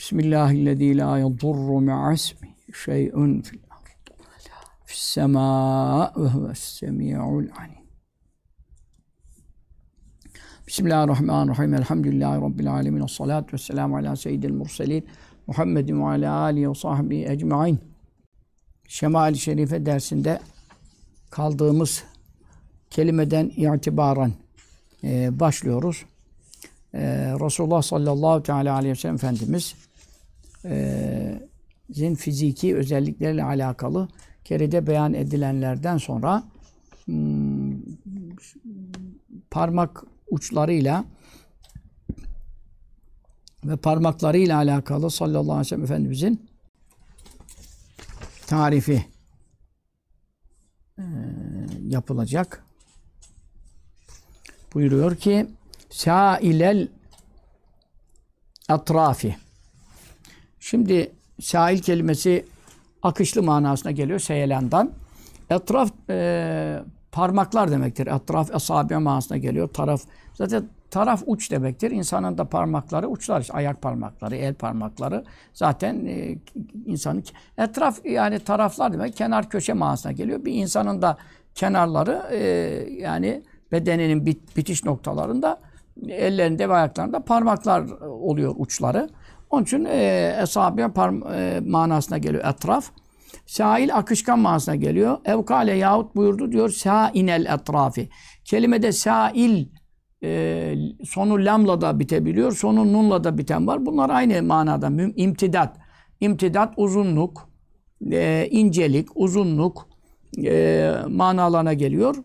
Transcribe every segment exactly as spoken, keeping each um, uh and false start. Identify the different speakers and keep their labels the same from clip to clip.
Speaker 1: Bismillahirrahmanirrahim. La yadurru ma'asmi şey'un fil ard. Fissemâ ve huves-semî'ul alim. Bismillahirrahmanirrahim. Elhamdülillahi Rabbil alemin. Esselâtu vesselamu ala seyyidil murselîn. Muhammedin ve ala âlihi ve sahbihi ecmaîn. Şemâil-i Şerife dersinde kaldığımız kelimeden itibaren e, başlıyoruz. E, Resulullah sallallahu teala aleyhi ve sellem Efendimiz e, zin fiziki özellikleriyle alakalı keride beyan edilenlerden sonra hmm, parmak uçlarıyla ve parmaklarıyla alakalı sallallahu aleyhi ve sellem Efendimizin tarifi e, yapılacak. Buyuruyor ki sâilel atrafi. Şimdi sâil kelimesi akışlı manasına geliyor seyelandan. Etraf e, parmaklar demektir. Etraf esabi manasına geliyor. Taraf zaten taraf uç demektir. İnsanın da parmakları uçlar. İşte ayak parmakları, el parmakları zaten e, insanın etraf yani taraflar demek. Kenar köşe manasına geliyor. Bir insanın da kenarları e, yani bedeninin bit, bitiş noktalarında ellerinde ve ayaklarında parmaklar oluyor uçları. Onun için e, esabi e, manasına geliyor etraf. Sâil akışkan manasına geliyor. Evkale yahut buyurdu diyor sâinel etrafi. Kelimede sâil e, sonu lamla da bitebiliyor. Sonu nunla da biten var. Bunlar aynı manada. İmtidat. İmtidat uzunluk, e, incelik, uzunluk e, manalarına geliyor.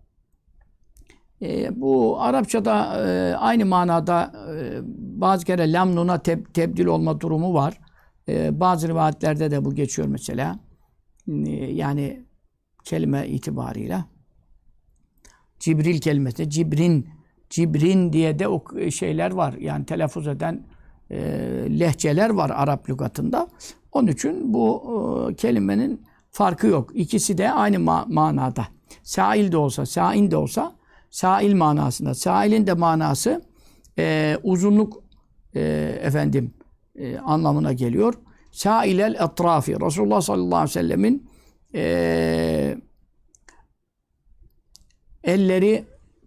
Speaker 1: E, bu Arapçada e, aynı manada e, bazı kere lam nuna teb, tebdil olma durumu var. E, bazı rivayetlerde de bu geçiyor mesela. E, yani kelime itibarıyla. Cibril kelimesi, Cibrin, Cibrin diye de o şeyler var. Yani telaffuz eden e, lehçeler var Arap lügatında. Onun için bu e, kelimenin farkı yok. İkisi de aynı ma- manada. Sâil de olsa, sâin de olsa sâil manasında. Sâilin de manası e, uzunluk e, efendim e, anlamına geliyor. Sâilel etrafi. Resulullah sallallahu aleyhi ve sellemin e, elleri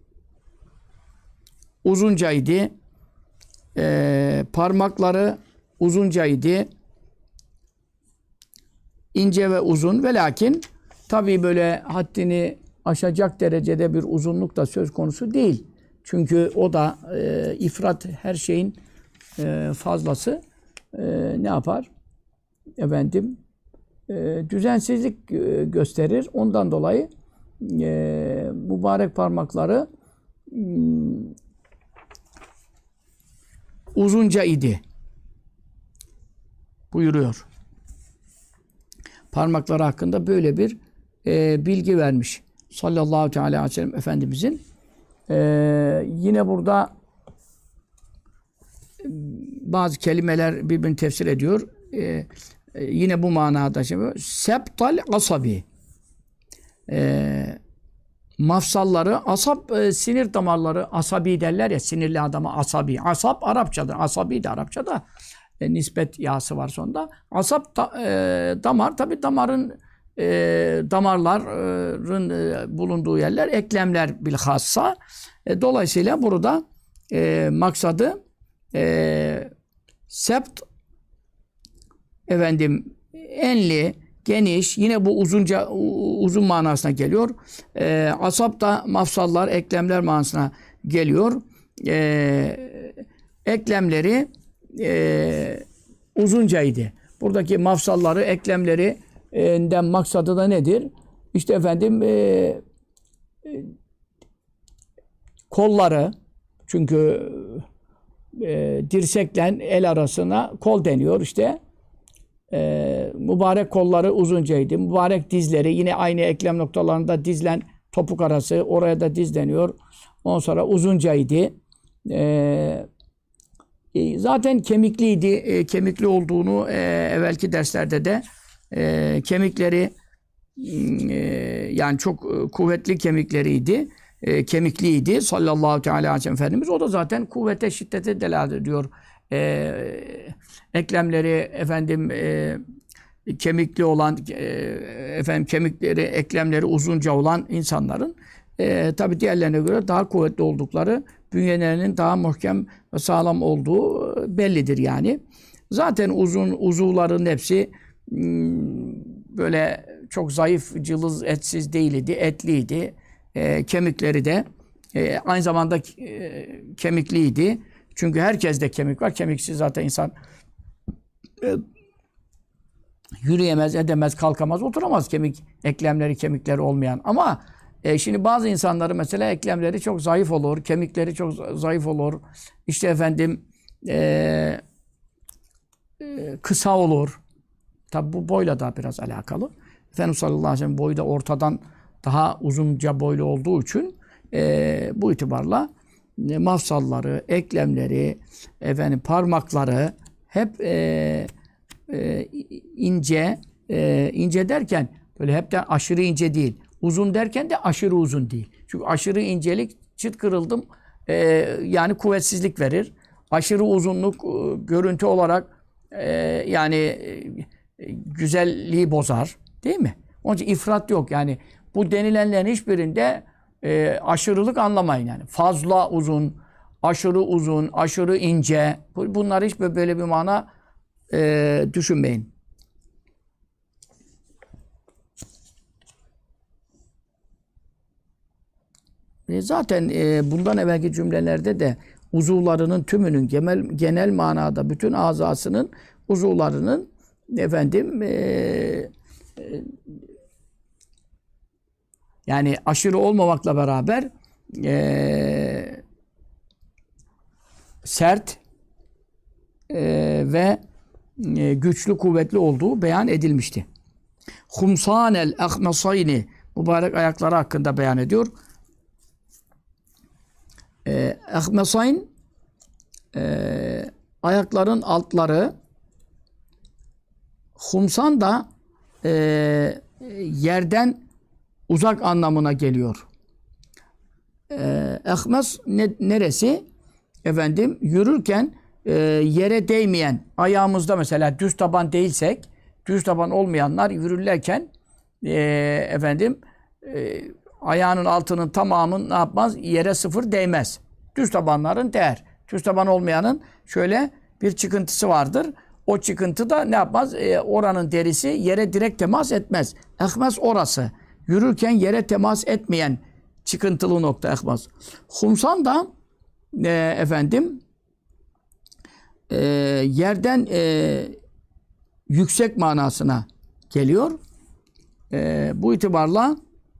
Speaker 1: uzuncaydı. E, parmakları uzuncaydı. İnce ve uzun ve lakin tabii böyle haddini aşacak derecede bir uzunluk da söz konusu değil. Çünkü o da e, ifrat her şeyin e, fazlası e, ne yapar? Efendim e, düzensizlik e, gösterir. Ondan dolayı e, mübarek parmakları e, uzunca idi. Buyuruyor. Parmakları hakkında böyle bir e, bilgi vermiş. Sallallahu teala aleyhi ve sellem Efendimizin. Ee, yine burada bazı kelimeler birbirini tefsir ediyor. Ee, yine bu manada şey var. Septal asabi. Ee, mafsalları, asap e, sinir damarları, asabi derler ya, sinirli adama asabi. Asap Arapçadır. Asabi de Arapçada. E, nispet yası var sonunda. Asap da, e, damar, tabi damarın E, damarların e, bulunduğu yerler, eklemler bilhassa. E, dolayısıyla burada e, maksadı e, sept efendim enli, geniş, yine bu uzunca uzun manasına geliyor. E, asap da mafsallar, eklemler manasına geliyor. E, eklemleri e, uzuncaydı. Buradaki mafsalları, eklemleri den maksadı da nedir? İşte efendim e, e, kolları, çünkü e, dirsekle el arasına kol deniyor işte. E, mübarek kolları uzuncaydı. Mübarek dizleri yine aynı eklem noktalarında dizlen topuk arası, oraya da diz deniyor. Ondan sonra uzuncaydı. E, e, zaten kemikliydi. E, kemikli olduğunu e, evvelki derslerde de E, kemikleri e, yani çok kuvvetli kemikleriydi. E, kemikliydi sallallahu teala aleyhi ve sellem Efendimiz. O da zaten kuvvete, şiddete delalet ediyor. E, eklemleri efendim e, kemikli olan e, efendim kemikleri, eklemleri uzunca olan insanların e, tabii diğerlerine göre daha kuvvetli oldukları, bünyelerinin daha muhkem ve sağlam olduğu bellidir yani. Zaten uzun uzuvların hepsi hmm, böyle çok zayıf, cılız, etsiz değildi, etliydi. E, kemikleri de e, aynı zamanda e, kemikliydi. Çünkü herkeste kemik var. Kemiksiz zaten insan e, yürüyemez, edemez, kalkamaz, oturamaz. Kemik, eklemleri, kemikleri olmayan. Ama e, şimdi bazı insanların mesela eklemleri çok zayıf olur, kemikleri çok zayıf olur. İşte efendim e, e, kısa olur. Tabi bu boyla da biraz alakalı. Efendimiz sallallahu aleyhi ve sellem boyu da ortadan daha uzunca boylu olduğu için e, bu itibarla e, mafsalları, eklemleri, efendim parmakları hep e, e, ince, e, ince derken böyle hepten aşırı ince değil. Uzun derken de aşırı uzun değil. Çünkü aşırı incelik çıt kırıldım e, yani kuvvetsizlik verir. Aşırı uzunluk e, görüntü olarak e, yani e, güzelliği bozar. Değil mi? Onun için ifrat yok. Yani bu denilenlerin hiçbirinde e, aşırılık anlamayın yani. Fazla uzun, aşırı uzun, aşırı ince. Bunlar hiç böyle bir mana e, düşünmeyin. E, zaten e, bundan evvelki cümlelerde de uzuvlarının tümünün genel, genel manada bütün azasının uzuvlarının efendim e, e, yani aşırı olmamakla beraber e, sert e, ve e, güçlü, kuvvetli olduğu beyan edilmişti. Humsanel ahmasayni mübarek ayakları hakkında beyan ediyor. E, ahmasayn e, ayakların altları, humsan da e, yerden uzak anlamına geliyor. Ee, ehmes ne, neresi? Efendim yürürken e, yere değmeyen, ayağımızda mesela düz taban değilsek, düz taban olmayanlar yürürlerken e, efendim e, ayağının altının tamamı ne yapmaz? Yere sıfır değmez. Düz tabanların değer. Düz taban olmayanın şöyle bir çıkıntısı vardır. O çıkıntı da ne yapmaz? E, oranın derisi yere direkt temas etmez. Ehmes orası. Yürürken yere temas etmeyen çıkıntılı nokta ehmas. Humsan da e, efendim e, yerden e, yüksek manasına geliyor. E, bu itibarla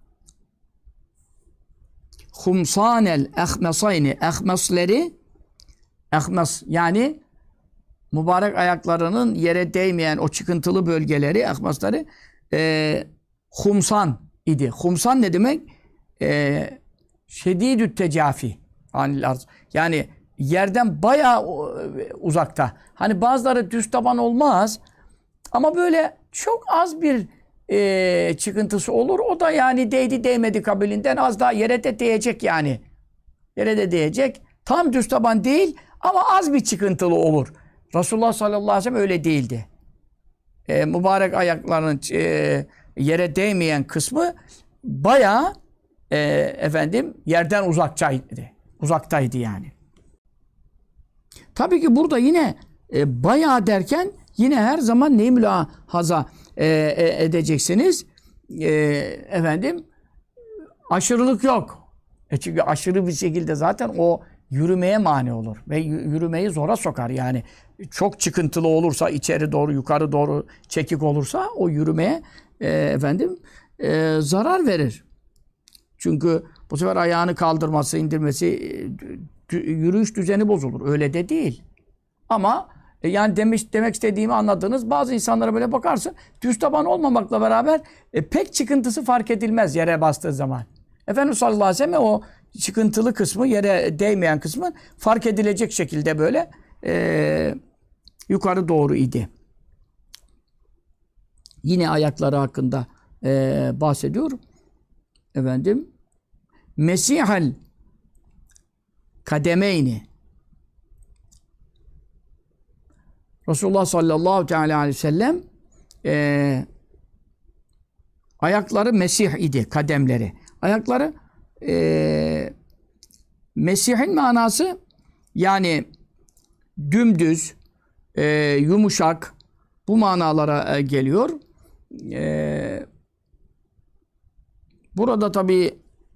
Speaker 1: humsanel ehmesayni ehmesleri ehmes yani mübarek ayaklarının yere değmeyen o çıkıntılı bölgeleri, ehmasları e, humsan idi. Humsan ne demek? Ee, şedidü tecafi. Yani yerden bayağı uzakta. Hani bazıları düz taban olmaz. Ama böyle çok az bir e, çıkıntısı olur. O da yani değdi değmedi kabilinden az daha yere de değecek yani. Yere de değecek. Tam düz taban değil ama az bir çıkıntılı olur. Resulullah sallallahu aleyhi ve sellem öyle değildi. E, mübarek ayaklarının e, yere değmeyen kısmı bayağı e, efendim yerden uzaktaydı. Uzaktaydı yani. Tabii ki burada yine e, bayağı derken yine her zaman neyi mülahaza e, e, edeceksiniz? E, efendim aşırılık yok. E çünkü aşırı bir şekilde zaten o yürümeye mani olur ve yürümeyi zora sokar. Yani çok çıkıntılı olursa, içeri doğru, yukarı doğru çekik olursa o yürümeye e, efendim e, zarar verir. Çünkü bu sefer ayağını kaldırması, indirmesi, e, yürüyüş düzeni bozulur. Öyle de değil. Ama e, yani demiş demek istediğimi anladınız. Bazı insanlara böyle bakarsın, düz taban olmamakla beraber e, pek çıkıntısı fark edilmez yere bastığı zaman. Efendimiz sallallahu aleyhi ve sellem o çıkıntılı kısmı, yere değmeyen kısmı fark edilecek şekilde böyle e, yukarı doğru idi. Yine ayakları hakkında e, bahsediyor. Efendim Mesihal kademeyni Resulullah sallallahu teala aleyhi ve sellem e, ayakları Mesih idi, kademleri. Ayakları e, Mesih'in manası yani dümdüz, e, yumuşak bu manalara e, geliyor. E, burada tabii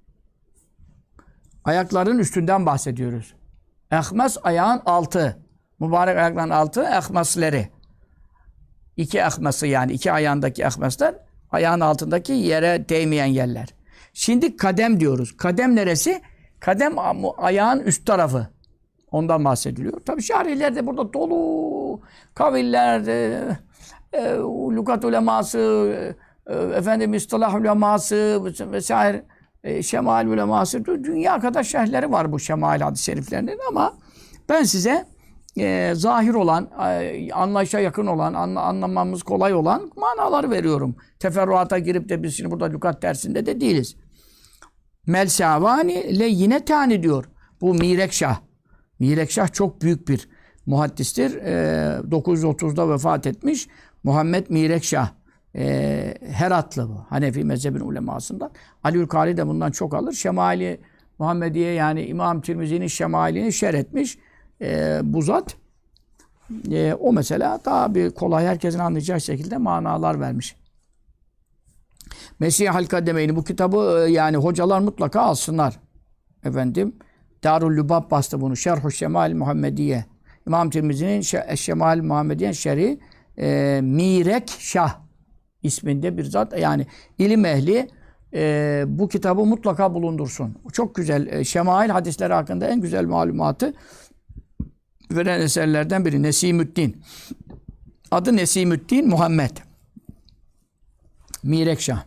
Speaker 1: ayakların üstünden bahsediyoruz. Ehmes ayağın altı. Mübarek ayakların altı ehmesleri. İki ehmesi yani iki ayağındaki ehmesler ayağın altındaki yere değmeyen yerler. Şimdi kadem diyoruz. Kadem neresi? Kadem ayağın üst tarafı. Ondan bahsediliyor. Tabi şarihler burada dolu kaviller, e, e, lugat uleması, e, efendim istilah uleması vesaire, e, şemail uleması, dünya kadar şerhleri var bu şemail hadis-i şeriflerinin ama ben size e, zahir olan, e, anlayışa yakın olan, anla, anlamamız kolay olan manaları veriyorum. Teferruata girip de biz şimdi burada lugat dersinde de değiliz. Melsavani le yine tani diyor. Bu Mirekşah. Mirekşah çok büyük bir muhaddistir. E, dokuz yüz otuzda vefat etmiş. Muhammed Mirekşah. E, Heratlı bu. Hanefi mezhebin ulemasından. Aliül Kari de bundan çok alır. Şemali Muhammediye yani İmam Tirmizi'nin şemalini şerh etmiş. E, bu zat. E, o mesela daha bir kolay herkesin anlayacağı şekilde manalar vermiş. Mesih-i Kademeyni bu kitabı yani hocalar mutlaka alsınlar. Efendim Darul Lubab bastı bunu. Şerh-ü Şemal Muhammediye. İmam Tirmizi'nin Şemal Muhammediye şerhi e, Mirek Şah isminde bir zat. Yani ilim ehli e, bu kitabı mutlaka bulundursun. Çok güzel. E, Şemail hadisleri hakkında en güzel malumatı veren eserlerden biri. Nesimüddin. Adı Nesimüddin Muhammed. Mirek Şah.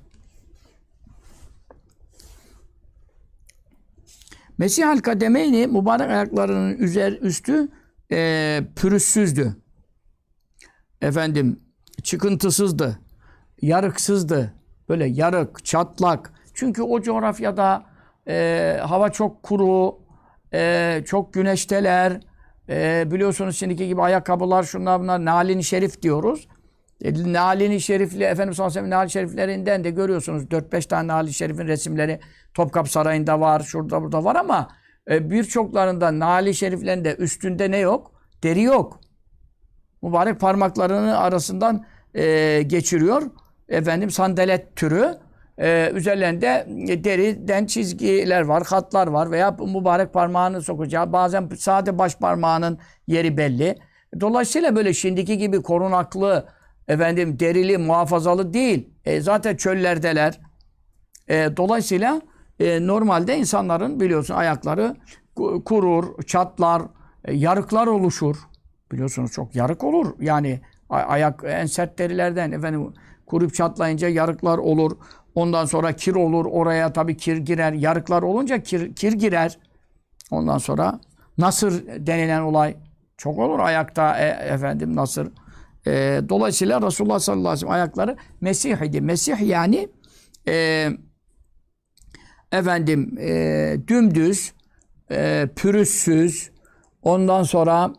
Speaker 1: Mesih-i Kademeyni mübarek ayaklarının üzer üstü e, pürüzsüzdü. Efendim çıkıntısızdı. Yarıksızdı. Böyle yarık, çatlak. Çünkü o coğrafyada e, hava çok kuru, e, çok güneşteler. E, biliyorsunuz şimdiki gibi ayakkabılar, şunlar bunlar, nalin-i şerif diyoruz. E, nalin-i şerifli, Efendimiz sallallahu aleyhi ve sellem nalin-i şeriflerinden de görüyorsunuz. dört beş tane nalin-i şerifin resimleri Topkapı Sarayı'nda var, şurada burada var ama e, birçoklarında nalin-i şeriflerinde üstünde ne yok? Deri yok. Mübarek parmaklarını arasından e, geçiriyor. Efendim sandalet türü. E, üzerlerinde deriden çizgiler var, hatlar var veya mübarek parmağını sokacağı, bazen sade baş parmağının yeri belli. Dolayısıyla böyle şimdiki gibi korunaklı, efendim derili, muhafazalı değil. E, zaten çöllerdeler. E, dolayısıyla e, normalde insanların biliyorsun ayakları kurur, çatlar, e, yarıklar oluşur. Biliyorsunuz çok yarık olur. Yani ayak en sert derilerden efendim kurup çatlayınca yarıklar olur. Ondan sonra kir olur. Oraya tabii kir girer. Yarıklar olunca kir, kir girer. Ondan sonra nasır denilen olay çok olur ayakta e, efendim nasır. E, dolayısıyla Resulullah sallallahu aleyhi ve sellem ayakları Mesih idi. Mesih yani e, efendim e, dümdüz, e, pürüzsüz, ondan sonra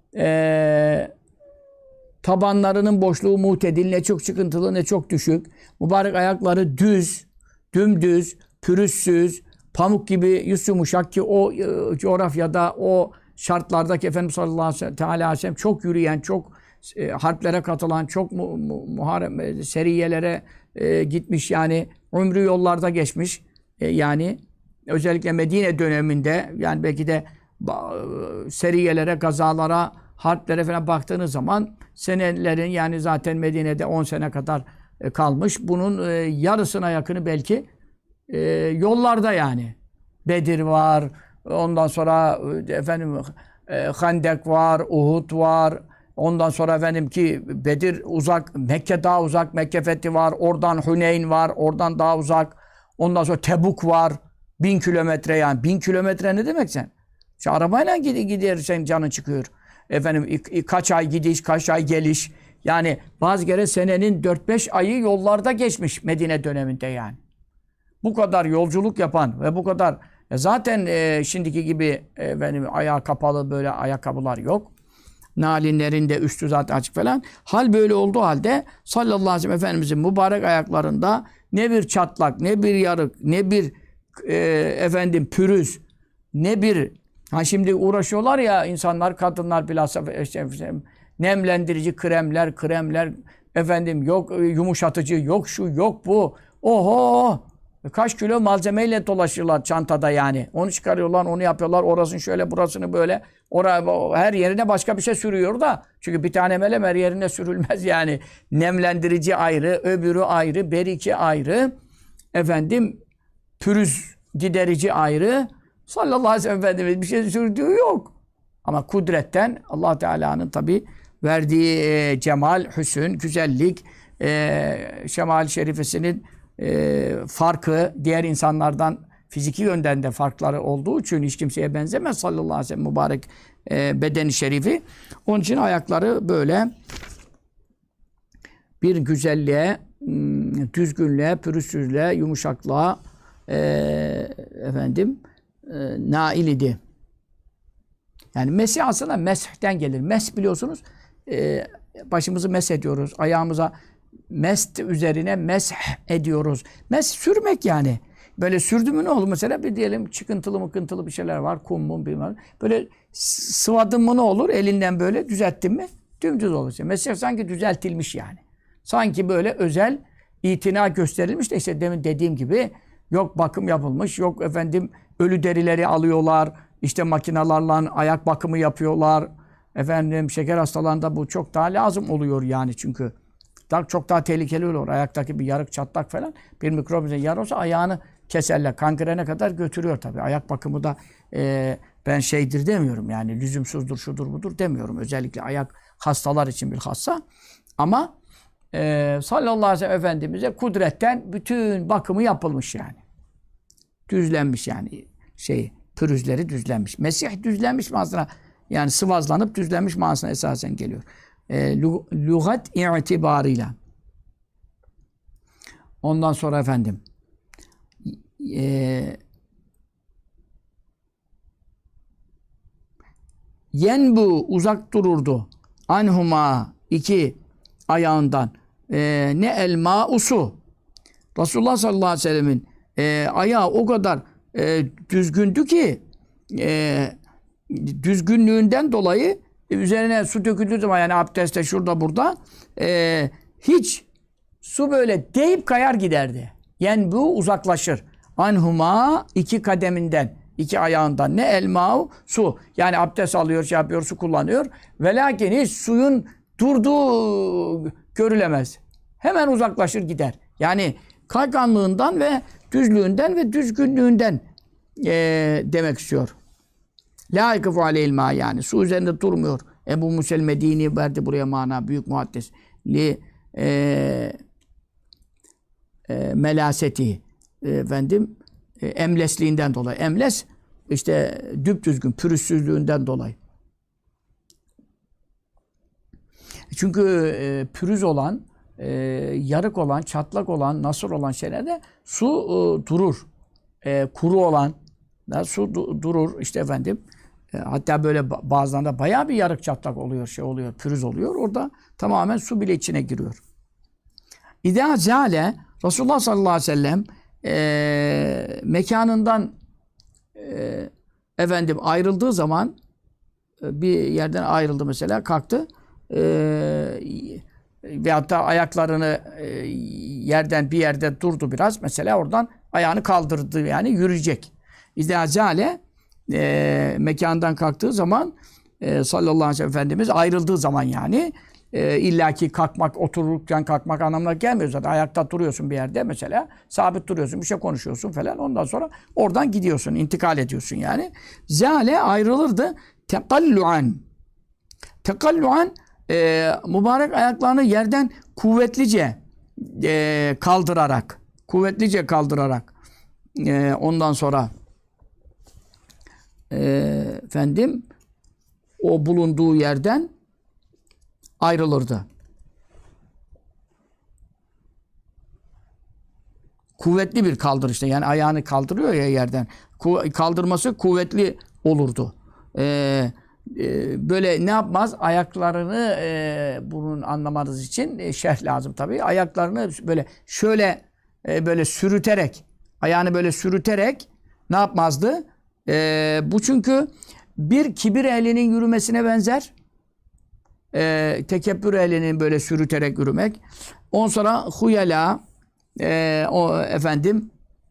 Speaker 1: e, tabanlarının boşluğu muhtedil, ne çok çıkıntılı ne çok düşük. Mübarek ayakları düz, dümdüz, pürüzsüz, pamuk gibi yumuşak ki o e, coğrafyada, o şartlardaki Efendimiz sallallahu aleyhi ve sellem çok yürüyen, çok e, harplere katılan, çok mu, mu, muharem, seriyelere e, gitmiş yani ömrü yollarda geçmiş. E, yani özellikle Medine döneminde yani belki de e, seriyelere, gazalara, harplere falan baktığınız zaman senelerin yani zaten Medine'de on sene kadar e, kalmış. Bunun e, yarısına yakını belki e, yollarda yani. Bedir var, ondan sonra e, efendim e, Hendek var, Uhud var. Ondan sonra efendim ki Bedir uzak, Mekke daha uzak, Mekke fethi var. Oradan Huneyn var, oradan daha uzak. Ondan sonra Tebuk var. Bin kilometre yani. Bin kilometre ne demek sen? İşte arabayla gidersen canın çıkıyor. Efendim kaç ay gidiş, kaç ay geliş. Yani bazı kere senenin dört beş ayı yollarda geçmiş Medine döneminde yani. Bu kadar yolculuk yapan ve bu kadar zaten e, şimdiki gibi efendim ayağı kapalı böyle ayakkabılar yok. nalinlerin de üstü zaten açık falan. Hal böyle olduğu halde sallallahu aleyhi ve sellem Efendimizin mübarek ayaklarında ne bir çatlak, ne bir yarık, ne bir e, efendim pürüz, ne bir ha şimdi uğraşıyorlar ya insanlar, kadınlar bilhassa işte, nemlendirici kremler, kremler efendim yok yumuşatıcı, yok şu, yok bu. Oho! Kaç kilo malzemeyle dolaşıyorlar çantada yani. Onu çıkarıyorlar, onu yapıyorlar. Orasını şöyle, burasını böyle. Oraya, her yerine başka bir şey sürüyor da. Çünkü bir tane melem her yerine sürülmez yani. Nemlendirici ayrı, öbürü ayrı, beriki ayrı. Efendim, pürüz giderici ayrı. Sallallahu aleyhi ve sellem Efendimiz bir şey sürdüğü yok. Ama kudretten Allah Teala'nın tabi verdiği e, cemal, hüsn, güzellik, e, şemal şerifesinin e, farkı, diğer insanlardan fiziki yönden de farkları olduğu için hiç kimseye benzemez sallallahu aleyhi ve sellem mübarek e, bedeni şerifi. Onun için ayakları böyle bir güzelliğe, düzgünlüğe, pürüzsüzlüğe, yumuşaklığa e, efendim e, nail idi. Yani mesih aslında meshten gelir. Mesh biliyorsunuz e, başımızı mesh ediyoruz. Ayağımıza mest üzerine mesh ediyoruz. Mesh sürmek yani. Böyle sürdü mü ne olur? Mesela bir diyelim çıkıntılı mıkıntılı bir şeyler var. Kum mum bilmem. Böyle sıvadın mı ne olur? Elinden böyle düzelttin mi? Dümdüz olur. Mesih sanki düzeltilmiş yani. Sanki böyle özel itina gösterilmiş de işte demin dediğim gibi yok bakım yapılmış, yok efendim ölü derileri alıyorlar, işte makinalarla ayak bakımı yapıyorlar. Efendim şeker hastalarında bu çok daha lazım oluyor yani çünkü daha, çok daha tehlikeli olur. Ayaktaki bir yarık çatlak falan bir mikrop yar olsa ayağını keserler. Kangrene kadar götürüyor tabii. Ayak bakımı da e, ben şeydir demiyorum yani lüzumsuzdur, şudur budur demiyorum. Özellikle ayak hastalar için bir hassa. Ama e, sallallahu aleyhi ve sellem Efendimiz'e kudretten bütün bakımı yapılmış yani. Düzlenmiş yani şey pürüzleri düzlenmiş. Mesih düzlenmiş manasına yani sıvazlanıp düzlenmiş manasına esasen geliyor. E, lügat itibarıyla. Ondan sonra efendim e, yenbu uzak dururdu. Anhuma iki ayağından. E, ne elma usu. Resulullah sallallahu aleyhi ve sellemin e, ayağı o kadar e, düzgündü ki e, düzgünlüğünden dolayı e, üzerine su döküldüğü zaman yani abdestte şurada burada e, hiç su böyle deyip kayar giderdi. Yani bu uzaklaşır. Anhuma iki kademinden, iki ayağından ne elma su. Yani abdest alıyor, şey yapıyor, su kullanıyor. Ve lakin hiç suyun durduğu görülemez. Hemen uzaklaşır gider. Yani kayganlığından ve düzlüğünden ve düzgünlüğünden e, demek istiyor. La yakıfu aleyhil ma yani. Su üzerinde durmuyor. Ebu Musel Medini verdi buraya mana. Büyük muhaddis. Li e, e, melaseti e, efendim e, emlesliğinden dolayı. Emles işte düpdüzgün, pürüzsüzlüğünden dolayı. Çünkü e, pürüz olan, e, yarık olan, çatlak olan, nasır olan şeylerde su e, durur. E, kuru olan da su du durur. İşte efendim e, hatta böyle bazılarında bayağı bir yarık çatlak oluyor, şey oluyor, pürüz oluyor. Orada tamamen su bile içine giriyor. İdâ zâle Resulullah sallallahu aleyhi ve sellem e, mekanından e, efendim ayrıldığı zaman e, bir yerden ayrıldı mesela kalktı e, ve hatta ayaklarını e, yerden bir yerde durdu biraz mesela oradan ayağını kaldırdı yani yürüyecek. İdâ zâle e, mekandan kalktığı zaman e, sallallahu aleyhi ve sellem Efendimiz ayrıldığı zaman yani e, illaki kalkmak, otururken kalkmak anlamına gelmiyor zaten. Ayakta duruyorsun bir yerde mesela, sabit duruyorsun, bir şey konuşuyorsun falan. Ondan sonra oradan gidiyorsun, intikal ediyorsun yani. Zâle ayrılırdı. Tekalluan. Tekalluan e, mübarek ayaklarını yerden kuvvetlice e, kaldırarak, kuvvetlice kaldırarak e, ondan sonra e, efendim o bulunduğu yerden ayrılırdı. Kuvvetli bir kaldırışta yani ayağını kaldırıyor ya yerden. Ku kaldırması kuvvetli olurdu. Ee, e, böyle ne yapmaz? Ayaklarını e, bunun anlamanız için e, şerh lazım tabii. Ayaklarını böyle şöyle e, böyle sürüterek, ayağını böyle sürüterek ne yapmazdı? E, bu çünkü bir kibir ehlinin yürümesine benzer. E, tekebbür ehlinin böyle sürüterek yürümek. Ondan sonra huyala, e, o efendim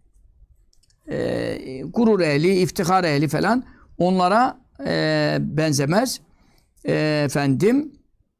Speaker 1: e, gurur ehli, iftihar ehli falan onlara e, benzemez. E, efendim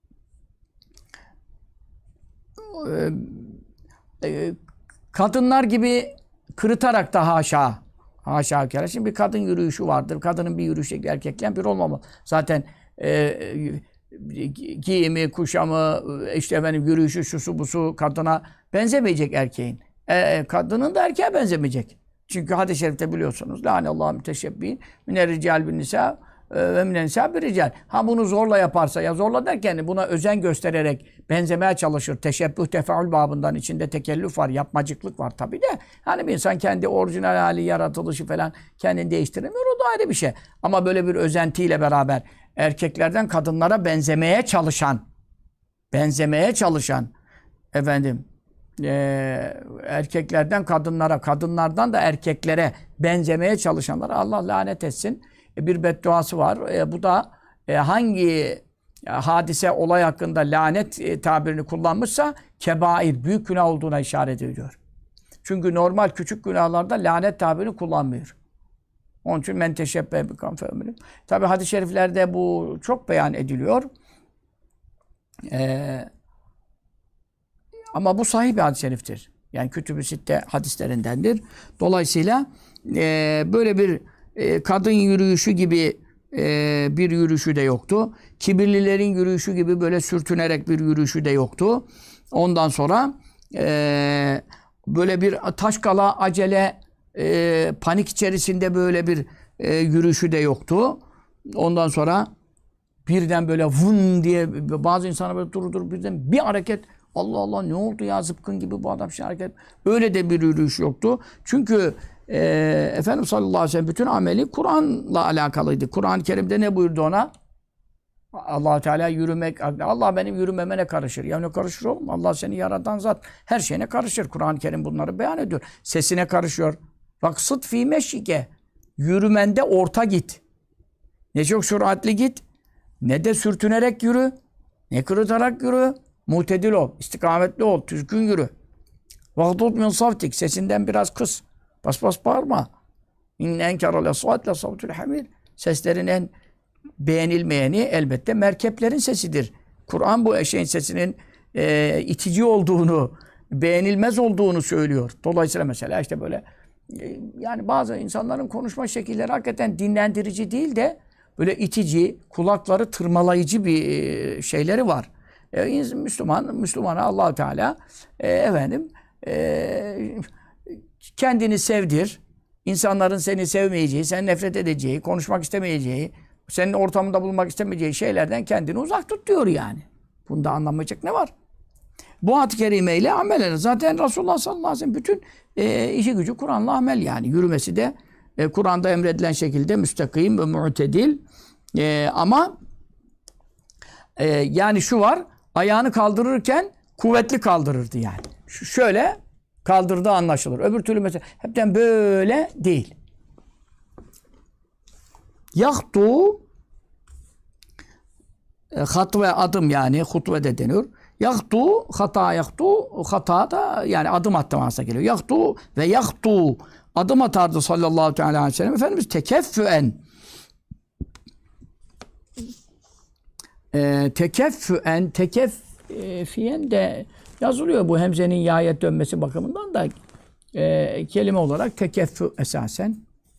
Speaker 1: e, e, kadınlar gibi kırıtarak da haşa haşa kere. Şimdi bir kadın yürüyüşü vardır. Kadının bir yürüyüşü erkekleyen bir olmamalı. Zaten e, giyimi, kuşamı, işte efendim yürüyüşü, şusu busu kadına benzemeyecek erkeğin. E, kadının da erkeğe benzemeyecek. Çünkü hadis-i şerifte biliyorsunuz. Lânallâhu müteşebbîn miner rical bin nisa ve minen nisa bir rical. Ha bunu zorla yaparsa, ya zorla derken buna özen göstererek benzemeye çalışır. Teşebbüh tefaül babından içinde tekellüf var, yapmacıklık var tabii de. Hani bir insan kendi orijinal hali, yaratılışı falan kendini değiştiremiyor. O da ayrı bir şey. Ama böyle bir özentiyle beraber erkeklerden kadınlara benzemeye çalışan, benzemeye çalışan efendim Ee, erkeklerden kadınlara, kadınlardan da erkeklere benzemeye çalışanlara Allah lanet etsin. E, bir bedduası var. E, bu da e, hangi e, hadise, olay hakkında lanet e, tabirini kullanmışsa kebair, büyük günah olduğuna işaret ediyor. Çünkü normal küçük günahlarda lanet tabirini kullanmıyor. Onun için men teşebbehe bi kavmin fehuve. Tabi hadis-i şeriflerde bu çok beyan ediliyor. Eee Ama bu sahih bir hadis-i şeriftir. Yani Kütüb-ü Sitte hadislerindendir. Dolayısıyla e, böyle bir e, kadın yürüyüşü gibi e, bir yürüyüşü de yoktu. Kibirlilerin yürüyüşü gibi böyle sürtünerek bir yürüyüşü de yoktu. Ondan sonra e, böyle bir taşkala, acele, e, panik içerisinde böyle bir e, yürüyüşü de yoktu. Ondan sonra birden böyle vun diye bazı insanlar böyle durur durur birden bir hareket. Allah Allah ne oldu ya zıpkın gibi bu adam şey hareket. Öyle de bir yürüyüş yoktu. Çünkü e, Efendimiz sallallahu aleyhi ve sellem bütün ameli Kur'an'la alakalıydı. Kur'an-ı Kerim'de ne buyurdu ona? Allah Teala yürümek, Allah benim yürümeme ne karışır? Ya ne karışır oğlum? Allah seni yaratan zat her şeyine karışır. Kur'an-ı Kerim bunları beyan ediyor. Sesine karışıyor. Vaksıt fî meşike. Yürümende orta git. Ne çok süratli git, ne de sürtünerek yürü, ne kırıtarak yürü. Mutedil ol, istikametli ol, düzgün yürü. Vagdud min savtik, sesinden biraz kıs. Bas bas bağırma. İnne enkerel esvat le savtul hamir. Seslerin en beğenilmeyeni elbette merkeplerin sesidir. Kur'an bu eşeğin sesinin e, itici olduğunu, beğenilmez olduğunu söylüyor. Dolayısıyla mesela işte böyle e, yani bazı insanların konuşma şekilleri hakikaten dinlendirici değil de böyle itici, kulakları tırmalayıcı bir e, şeyleri var. E, Müslüman, Müslümana Allah Teala e, efendim e, kendini sevdir. İnsanların seni sevmeyeceği, sen nefret edeceği, konuşmak istemeyeceği, senin ortamında bulunmak istemeyeceği şeylerden kendini uzak tut diyor yani. Bunda anlamayacak ne var? Bu ayet-i kerime ile amel eder. Zaten Resulullah sallallahu aleyhi ve sellem bütün e, işi gücü Kur'an'la amel yani. Yürümesi de e, Kur'an'da emredilen şekilde müstakim ve mu'tedil. E, ama e, yani şu var, ayağını kaldırırken kuvvetli kaldırırdı yani. Şu, şöyle kaldırdığı anlaşılır. Öbür türlü mesela hepten böyle değil. Yahtu e, hatve adım yani hutve de deniyor. Yahtu hata yahtu hata da yani adım attı manasına geliyor. Yahtu ve yahtu adım atardı sallallahu aleyhi ve sellem Efendimiz tekeffüen e, tekeffüen tekeffiyen de yazılıyor bu hemzenin ya'ya dönmesi bakımından da e, kelime olarak tekeffü esasen.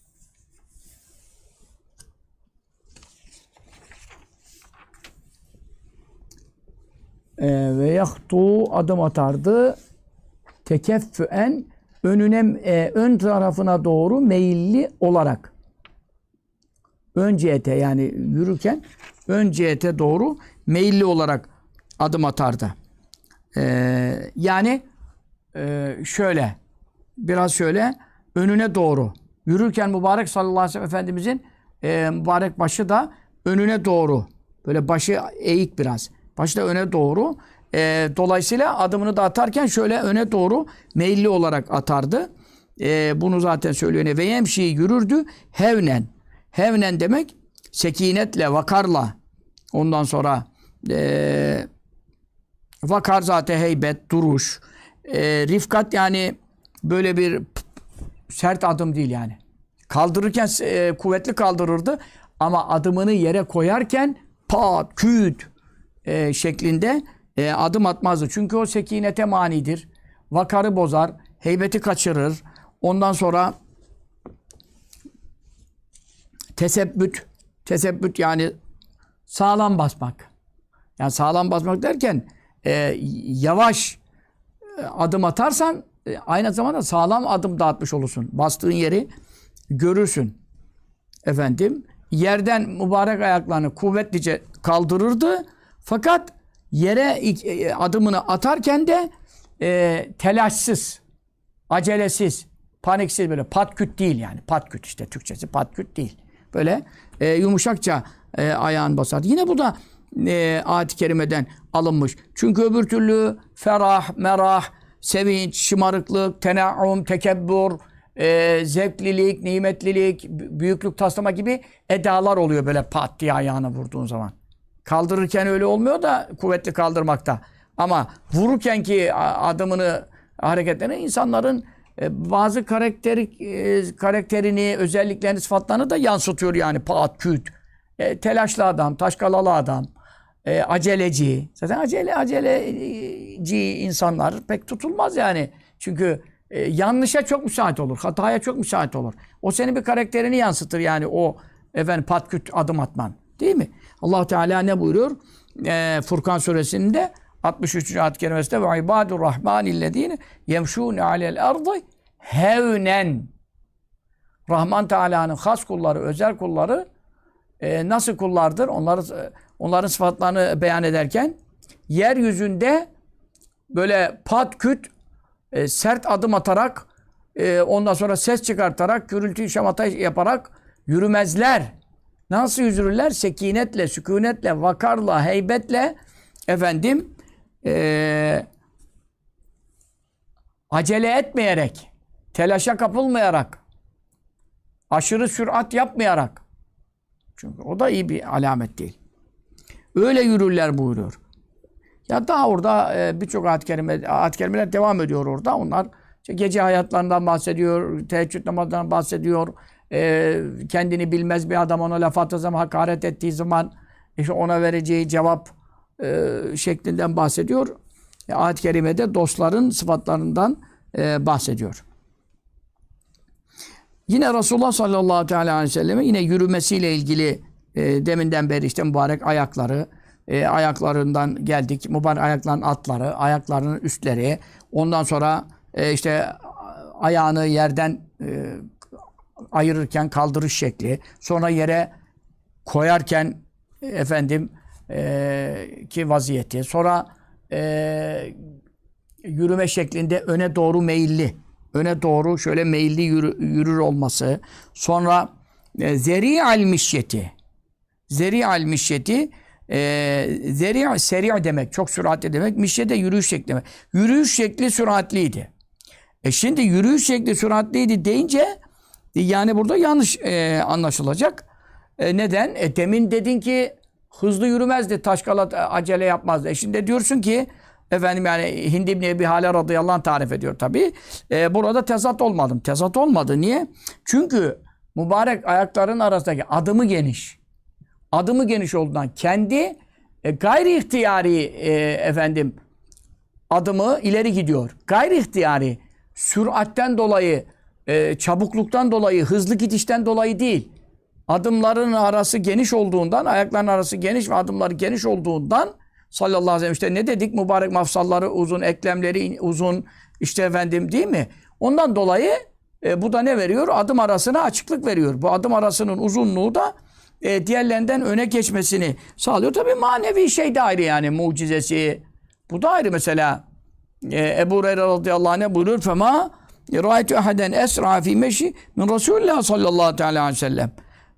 Speaker 1: E, ve yahtu adım atardı tekeffüen önüne e, ön tarafına doğru meyilli olarak ön cihete yani yürürken ön cihete doğru meyilli olarak adım atardı. Ee, yani e, şöyle biraz şöyle önüne doğru yürürken mübarek sallallahu aleyhi ve sellem Efendimizin e, mübarek başı da önüne doğru. Böyle başı eğik biraz. Başı da öne doğru. E, dolayısıyla adımını da atarken şöyle öne doğru meyilli olarak atardı. E, bunu zaten söylüyor. Ve yemşi yürürdü. Hevnen. Hevnen demek sekinetle, vakarla. Ondan sonra e, vakar zaten heybet, duruş. E, rifkat yani böyle bir sert adım değil yani. Kaldırırken e, kuvvetli kaldırırdı. Ama adımını yere koyarken pat, küt e, şeklinde e, adım atmazdı. Çünkü o sekinete manidir. Vakarı bozar, heybeti kaçırır. Ondan sonra tesebbüt, tesebbüt yani sağlam basmak. Yani sağlam basmak derken e, yavaş e, adım atarsan e, aynı zamanda sağlam adım dağıtmış olursun. Bastığın yeri görürsün. Efendim, yerden mübarek ayaklarını kuvvetlice kaldırırdı. Fakat yere adımını atarken de e, telaşsız, acelesiz, paniksiz böyle patküt değil yani. Patküt işte Türkçesi patküt değil. Böyle e, yumuşakça e, ayağını basardı. Yine bu da e, ayet-i kerimeden alınmış. Çünkü öbür türlü ferah, merah, sevinç, şımarıklık, tenaum, tekebbür, e, zevklilik, nimetlilik, büyüklük taslama gibi edalar oluyor böyle pat diye ayağını vurduğun zaman. Kaldırırken öyle olmuyor da kuvvetli kaldırmakta. Ama vururken ki adımını, hareketlerini insanların e, bazı karakteri, e, karakterini, özelliklerini, sıfatlarını da yansıtıyor yani pat, küt. E, telaşlı adam, taşkalalı adam, e, aceleci. Zaten acele, aceleci insanlar pek tutulmaz yani. Çünkü e, yanlışa çok müsait olur, hataya çok müsait olur. O senin bir karakterini yansıtır yani o efendim pat, küt adım atman. Değil mi? Allah Teala ne buyuruyor? E, Furkan suresinde altmış üçüncü ayet-i kerimesinde ve ibadur rahmanillezine yemşûne alel ardı hevnen. Rahman Teala'nın has kulları, özel kulları e, nasıl kullardır? Onları, onların sıfatlarını beyan ederken yeryüzünde böyle pat küt e, sert adım atarak e, ondan sonra ses çıkartarak, gürültü şamata yaparak yürümezler. Nasıl yürürler? Sekinetle, sükunetle, vakarla, heybetle efendim e, acele etmeyerek, telaşa kapılmayarak, aşırı sürat yapmayarak. Çünkü o da iyi bir alamet değil. Öyle yürürler buyuruyor. Ya daha orada e, birçok ayet-i kerime, ayet-i kerimeler devam ediyor orada. Onlar işte gece hayatlarından bahsediyor, teheccüd namazından bahsediyor. E, kendini bilmez bir adam ona laf attığı zaman, hakaret ettiği zaman işte ona vereceği cevap e, şeklinden bahsediyor. E, ayet-i kerimede dostların sıfatlarından e, bahsediyor. Yine Resulullah sallallahu aleyhi ve sellem'e yine yürümesiyle ilgili e, deminden beri işte mübarek ayakları, e, ayaklarından geldik. Mübarek ayakların altları, ayaklarının üstleri, ondan sonra e, işte ayağını yerden e, ayırırken kaldırış şekli, sonra yere koyarken e, efendim e, ki vaziyeti, sonra e, yürüme şeklinde öne doğru meyilli, öne doğru şöyle meyilli yürü, yürür olması, sonra e, zeri'al mişyeti, zeri'al mişyeti, e, zeri' seri' demek, çok süratli demek, mişye de yürüyüş şekli demek. Yürüyüş şekli süratliydi. E şimdi yürüyüş şekli süratliydi deyince yani burada yanlış e, anlaşılacak. E, neden? E, demin dedin ki hızlı yürümezdi, taşkalat acele yapmazdı. E şimdi diyorsun ki efendim yani Hind İbni Ebi Hale radıyallahu anh tarif ediyor tabii. E, burada tezat olmadım. Tezat olmadı. Niye? Çünkü mübarek ayakların arasındaki adımı geniş. Adımı geniş olduğundan kendi e, gayri ihtiyari e, efendim adımı ileri gidiyor. Gayri ihtiyari süratten dolayı, e, çabukluktan dolayı, hızlı gidişten dolayı değil. Adımların arası geniş olduğundan, ayakların arası geniş ve adımları geniş olduğundan sallallahu aleyhi ve sellem işte ne dedik? Mübarek mafsalları uzun, eklemleri uzun, işte efendim değil mi? Ondan dolayı e, bu da ne veriyor? Adım arasına açıklık veriyor. Bu adım arasının uzunluğu da e, diğerlerinden öne geçmesini sağlıyor. Tabii manevi şey de ayrı yani mucizesi. Bu da ayrı mesela. E, Ebu Hureyre radıyallahu anh ne buyuruyor? Fema râaytu eheden esra fî meşi min Resulullah sallallahu aleyhi ve sellem.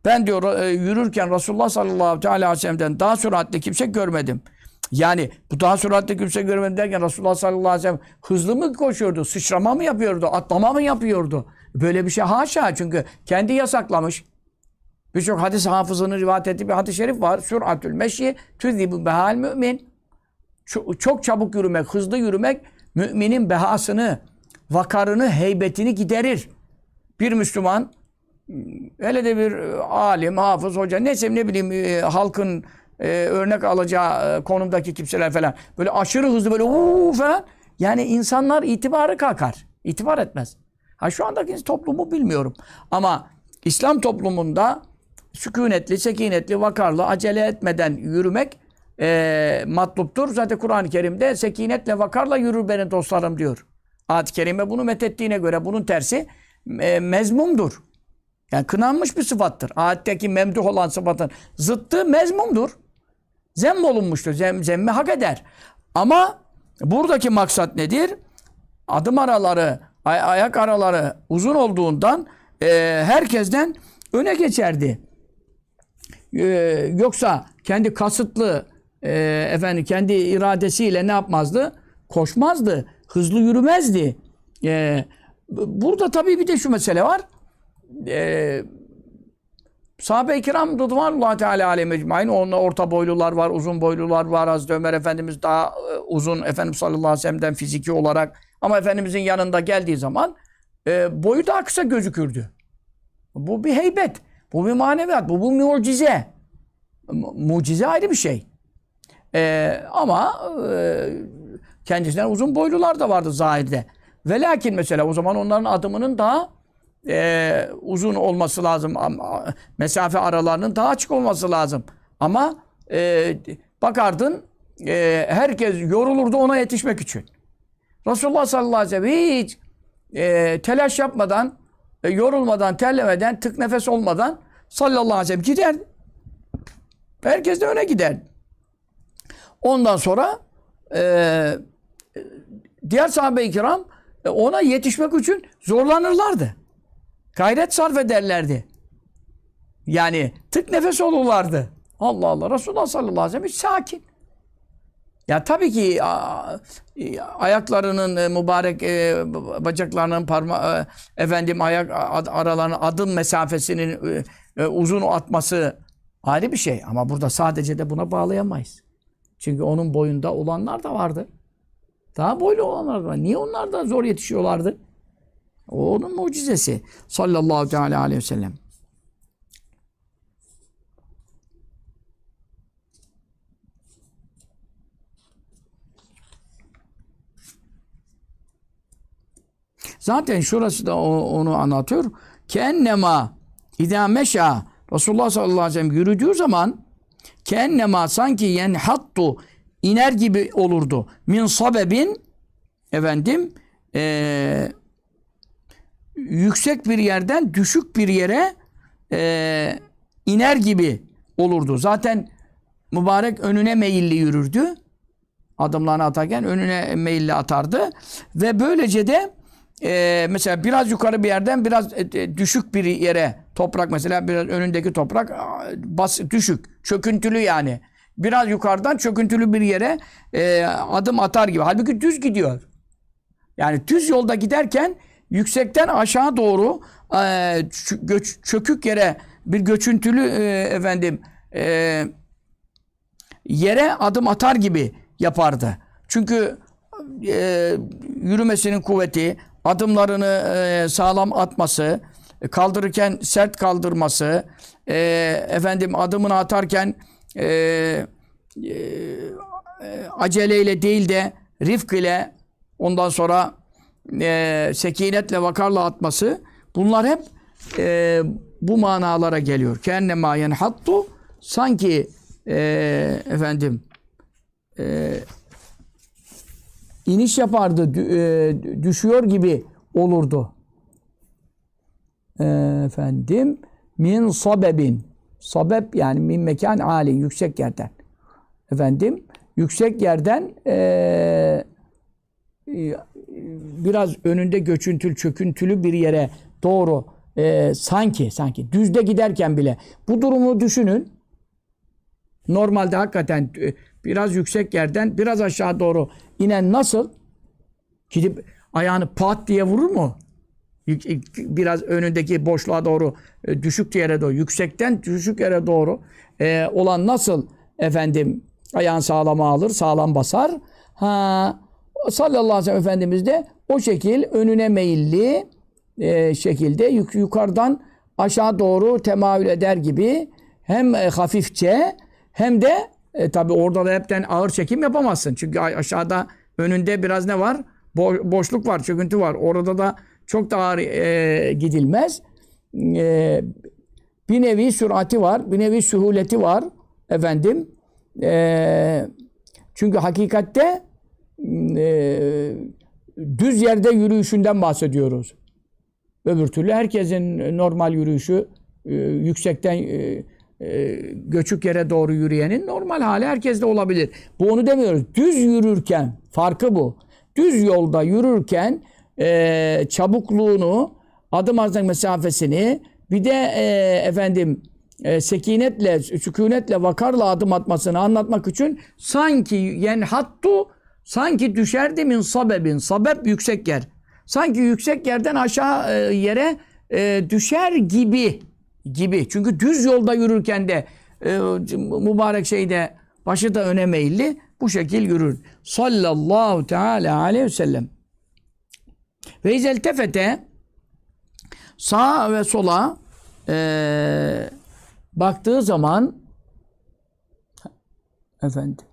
Speaker 1: Ben diyor e, yürürken Resulullah sallallahu aleyhi ve sellem'den daha süratli kimse görmedim. Yani bu daha süratli kimse görmedim derken Resulullah sallallahu aleyhi ve sellem hızlı mı koşuyordu? Sıçrama mı yapıyordu? Atlama mı yapıyordu? Böyle bir şey haşa, çünkü kendi yasaklamış. Birçok hadis hafızının rivayet ettiği bir hadis-i şerif var. Süratül meşyi tüzibu behal mümin. Çok, çok çabuk yürümek, hızlı yürümek müminin behasını, vakarını, heybetini giderir. Bir Müslüman, hele de bir alim, hafız, hoca, neyse ne bileyim e, halkın e, örnek alacağı e, konumdaki kimseler falan. Böyle aşırı hızlı böyle uuu falan. Yani insanlar itibarı kalkar. İtibar etmez. Ha şu andaki toplumu bilmiyorum. Ama İslam toplumunda sükunetli, sekinetli, vakarlı, acele etmeden yürümek e, matluptur. Zaten Kur'an-ı Kerim'de sekinetle, vakarla yürür benim dostlarım diyor. Ayet-i Kerime bunu methettiğine göre bunun tersi e, mezmumdur. Yani kınanmış bir sıfattır. Ayetteki memduh olan sıfatın zıttı mezmumdur. Zemm olunmuştur. Zem, zemme hak eder. Ama buradaki maksat nedir? Adım araları, ay ayak araları uzun olduğundan e, herkesten öne geçerdi. E, yoksa kendi kasıtlı, e, efendim kendi iradesiyle ne yapmazdı? Koşmazdı. Hızlı yürümezdi. E, burada tabii bir de şu mesele var. E, Sahabe-i kiram rıdvanullahi teala aleyhim ecmaîn, onunla orta boylular var, uzun boylular var. Hazreti Ömer Efendimiz daha e, uzun, Efendimiz sallallahu aleyhi ve sellem'den fiziki olarak, ama Efendimizin yanında geldiği zaman e, boyu daha kısa gözükürdü. Bu bir heybet, bu bir maneviyat, bu bir mucize. Mucize ayrı bir şey. E, ama e, kendisinden uzun boylular da vardı zahirde. Ve lakin mesela o zaman onların adımının daha Ee, uzun olması lazım. Mesafe aralarının daha açık olması lazım. Ama e, bakardın e, herkes yorulurdu ona yetişmek için. Resulullah sallallahu aleyhi ve sellem hiç e, telaş yapmadan, e, yorulmadan, terlemeden, tık nefes olmadan sallallahu aleyhi ve sellem gider. Herkes de öne gider. Ondan sonra e, diğer sahabe-i kiram e, ona yetişmek için zorlanırlardı. Gayret sarf ederlerdi. Yani tık nefes olurlardı. Allah Allah. Resulullah sallallahu aleyhi ve sellem hiç sakin. Ya tabii ki a, ayaklarının e, mübarek e, bacaklarının parma e, efendim ayak aralarının adım mesafesinin e, e, uzun atması ayrı bir şey. Ama burada sadece de buna bağlayamayız. Çünkü onun boyunda olanlar da vardı. Daha boylu olanlar da var. Niye onlar da zor yetişiyorlardı? O onun mucizesi. Sallallahu teala aleyhi ve sellem. Zaten şurası da o, onu anlatıyor. Kennema idâ meşâ Resulullah sallallahu aleyhi ve sellem yürüdüğü zaman kennema sanki yenhattu iner gibi olurdu. Min sabebin efendim eee yüksek bir yerden düşük bir yere e, iner gibi olurdu. Zaten mübarek önüne meyilli yürürdü. Adımlarını atarken önüne meyilli atardı. Ve böylece de e, mesela biraz yukarı bir yerden biraz e, düşük bir yere toprak, mesela biraz önündeki toprak bas, düşük, çöküntülü yani. Biraz yukarıdan çöküntülü bir yere e, adım atar gibi. Halbuki düz gidiyor. Yani düz yolda giderken yüksekten aşağı doğru e, göç, çökük yere bir göçüntülü e, efendim e, yere adım atar gibi yapardı. Çünkü e, yürümesinin kuvveti, adımlarını e, sağlam atması, kaldırırken sert kaldırması, e, efendim adımını atarken e, e, aceleyle değil de rifk ile, ondan sonra e, sekinetle, vakarla atması, bunlar hep e, bu manalara geliyor. Kennema yenhattu, sanki e, efendim e, iniş yapardı, e, düşüyor gibi olurdu. E, efendim min sabebin, sabeb yani min mekan âli, yüksek yerden. Efendim yüksek yerden e, biraz önünde göçüntül, çöküntülü bir yere doğru e, sanki sanki düzde giderken bile bu durumu düşünün. Normalde hakikaten e, biraz yüksek yerden biraz aşağı doğru inen nasıl? Gidip ayağını pat diye vurur mu? Biraz önündeki boşluğa doğru, e, düşük yere doğru, yüksekten düşük yere doğru e, olan nasıl efendim ayağın sağlama alır, sağlam basar. Ha, sallallahu aleyhi ve sellem Efendimiz de o şekil önüne meyilli e, şekilde yuk yukarıdan aşağı doğru temayül eder gibi hem e, hafifçe hem de e, tabi orada da hepten ağır çekim yapamazsın. Çünkü aşağıda önünde biraz ne var? Bo boşluk var, çöküntü var. Orada da çok da ağır e, gidilmez. E, bir nevi sürati var, bir nevi sühuleti var efendim. E, çünkü hakikatte e, düz yerde yürüyüşünden bahsediyoruz. Öbür türlü herkesin normal yürüyüşü e, yüksekten e, e, göçük yere doğru yürüyenin normal hali herkeste olabilir. Bu onu demiyoruz. Düz yürürken farkı bu. Düz yolda yürürken e, çabukluğunu, adım adım mesafesini bir de e, efendim e, sekinetle, sükunetle, vakarla adım atmasını anlatmak için sanki yenhattu, sanki düşerdi min sabebin. Sabeb yüksek yer. Sanki yüksek yerden aşağı e, yere e, düşer gibi gibi. Çünkü düz yolda yürürken de e, mübarek şeyde başı da öne meyilli bu şekil yürür. Sallallahu teala aleyhi ve sellem. Ve izeltefete sağa ve sola e, baktığı zaman efendim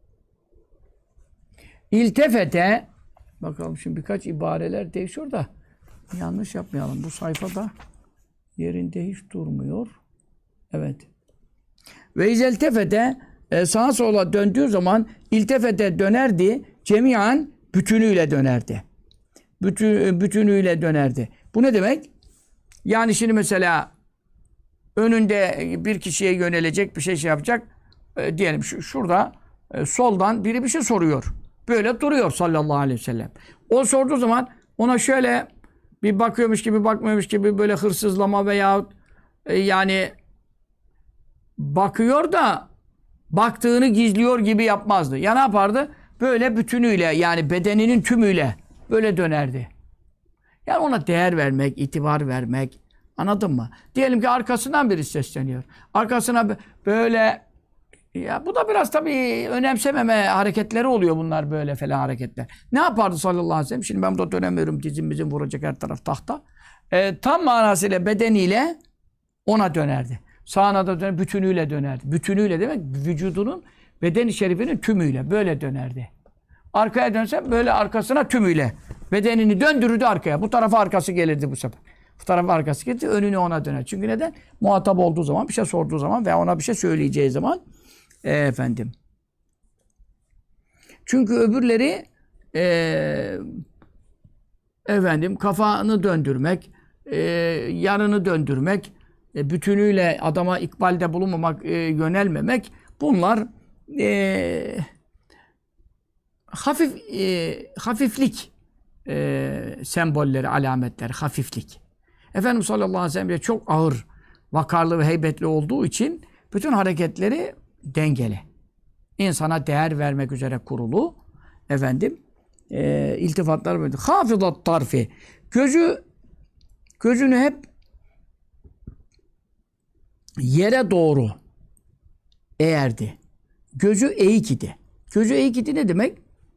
Speaker 1: iltefete bakalım şimdi birkaç ibareler değişiyor da yanlış yapmayalım. Bu sayfada yerinde hiç durmuyor. Evet. Ve izeltefete e, sağa sola döndüğü zaman iltefete dönerdi. Cemiyan bütünüyle dönerdi. Bütün, bütünüyle dönerdi. Bu ne demek? Yani şimdi mesela önünde bir kişiye yönelecek bir şey şey yapacak. E, diyelim şu, şurada e, soldan biri bir şey soruyor. Böyle duruyor sallallahu aleyhi ve sellem. O sorduğu zaman ona şöyle bir bakıyormuş gibi bakmıyormuş gibi böyle hırsızlama veya e, yani bakıyor da baktığını gizliyor gibi yapmazdı. Ya ne yapardı? Böyle bütünüyle yani bedeninin tümüyle böyle dönerdi. Yani ona değer vermek, itibar vermek. Anladın mı? Diyelim ki arkasından biri sesleniyor. Arkasına böyle ya bu da biraz tabii önemsememe hareketleri oluyor bunlar böyle falan hareketler. Ne yapardı sallallahu aleyhi ve sellem? Şimdi ben burada dönemiyorum. Dizimizin vuracak her taraf tahta. E, tam manasıyla bedeniyle ona dönerdi. Sağına da döner, bütünüyle dönerdi. Bütünüyle demek vücudunun bedeni şerifinin tümüyle böyle dönerdi. Arkaya dönse böyle arkasına tümüyle. Bedenini döndürürdü arkaya. Bu tarafa arkası gelirdi bu sefer. Bu tarafa arkası gelirdi. Önünü ona döner. Çünkü neden? Muhatap olduğu zaman, bir şey sorduğu zaman veya ona bir şey söyleyeceği zaman e, efendim. Çünkü öbürleri e, efendim kafanı döndürmek, e, yanını döndürmek, e, bütünüyle adama ikbalde bulunmamak, e, yönelmemek bunlar e, hafif e, hafiflik e, sembolleri, alametleri, hafiflik. Efendimiz sallallahu aleyhi ve sellem de çok ağır, vakarlı ve heybetli olduğu için bütün hareketleri dengeli. İnsana değer vermek üzere kurulu. Efendim, e, iltifatlar böyle. Hafizat tarfi. Gözü, gözünü hep yere doğru eğerdi. Gözü eğik idi. Gözü eğik idi ne demek?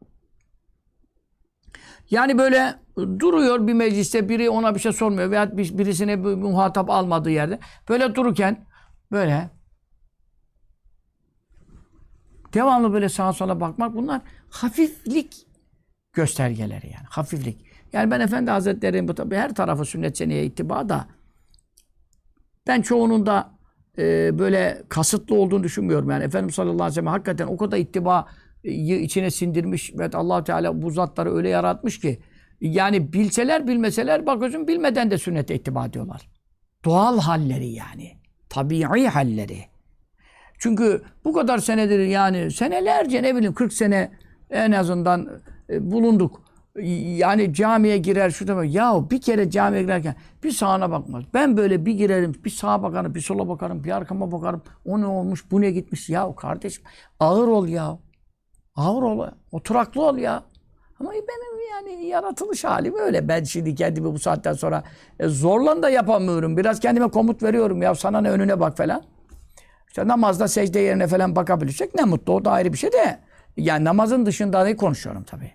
Speaker 1: Yani böyle duruyor bir mecliste, biri ona bir şey sormuyor veya birisine bir muhatap almadığı yerde. Böyle dururken böyle devamlı böyle sağa sola bakmak, bunlar hafiflik göstergeleri yani. Hafiflik. Yani ben Efendi Hazretleri'nin bu tabi her tarafı sünnet seneye ittiba da ben çoğunun da e, böyle kasıtlı olduğunu düşünmüyorum. Yani Efendimiz sallallahu aleyhi ve sellem hakikaten o kadar ittiba içine sindirmiş ve Allah Teala bu zatları öyle yaratmış ki yani bilseler bilmeseler bakıyorsun bilmeden de sünnete ittiba ediyorlar. Doğal halleri yani. Tabii halleri. Çünkü bu kadar senedir yani senelerce ne bileyim kırk sene en azından e, bulunduk. Yani camiye girer şurada bak. Ya bir kere camiye girerken bir sağına bakmaz. Ben böyle bir girerim, bir sağa bakarım, bir sola bakarım, bir arkama bakarım. O ne olmuş, bu ne gitmiş? Ya kardeşim ağır ol ya. Ağır ol. Oturaklı ol ya. Ama benim yani yaratılış halim öyle. Ben şimdi kendimi bu saatten sonra e, zorla da yapamıyorum. Biraz kendime komut veriyorum. Ya sana ne, önüne bak falan. İşte namazda secde yerine falan bakabilirsek ne mutlu. O da ayrı bir şey de. Yani namazın dışında da konuşuyorum tabii.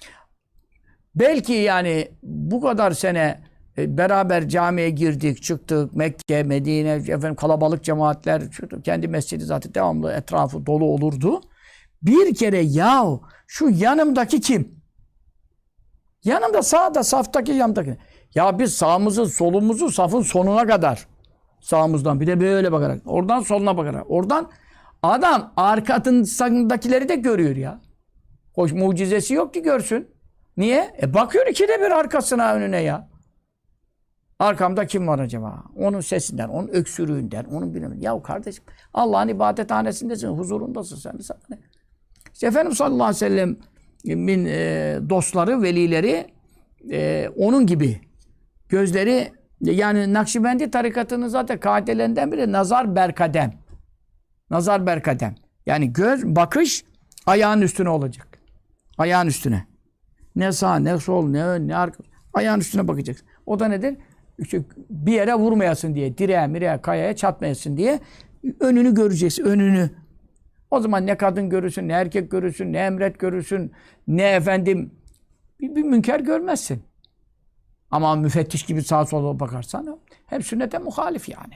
Speaker 1: Belki yani bu kadar sene e, beraber camiye girdik, çıktık. Mekke, Medine, efendim kalabalık cemaatler, kendi mescidi zaten devamlı etrafı dolu olurdu. Bir kere yahu şu yanımdaki kim? Yanımda sağda saftaki yanımdaki. Ya biz sağımızı solumuzu safın sonuna kadar sağımızdan bir de böyle bakarak oradan soluna bakarak oradan adam arkasındakileri de görüyor ya. Hoş mucizesi yok ki görsün. Niye? E bakıyor ikide bir arkasına önüne ya. Arkamda kim var acaba? Onun sesinden, onun öksürüğünden, onun bilmem. Ya kardeşim Allah'ın ibadethanesindesin, huzurundasın sen. Sana ne? İşte Efendimiz sallallahu aleyhi ve sellem'in e, dostları, velileri e, onun gibi. Gözleri, yani Nakşibendi tarikatının zaten kaidelerinden biri nazar berkadem. Nazar berkadem. Yani göz, bakış ayağın üstüne olacak. Ayağın üstüne. Ne sağ, ne sol, ne ön, ne arka. Ayağın üstüne bakacaksın. O da nedir? İşte bir yere vurmayasın diye, direğe, mireğe, kayaya çatmayasın diye önünü göreceksin, önünü. O zaman ne kadın görürsün, ne erkek görürsün, ne emret görürsün, ne efendim bir, bir münker görmezsin. Ama müfettiş gibi sağa sola bakarsan hep sünnete muhalif yani.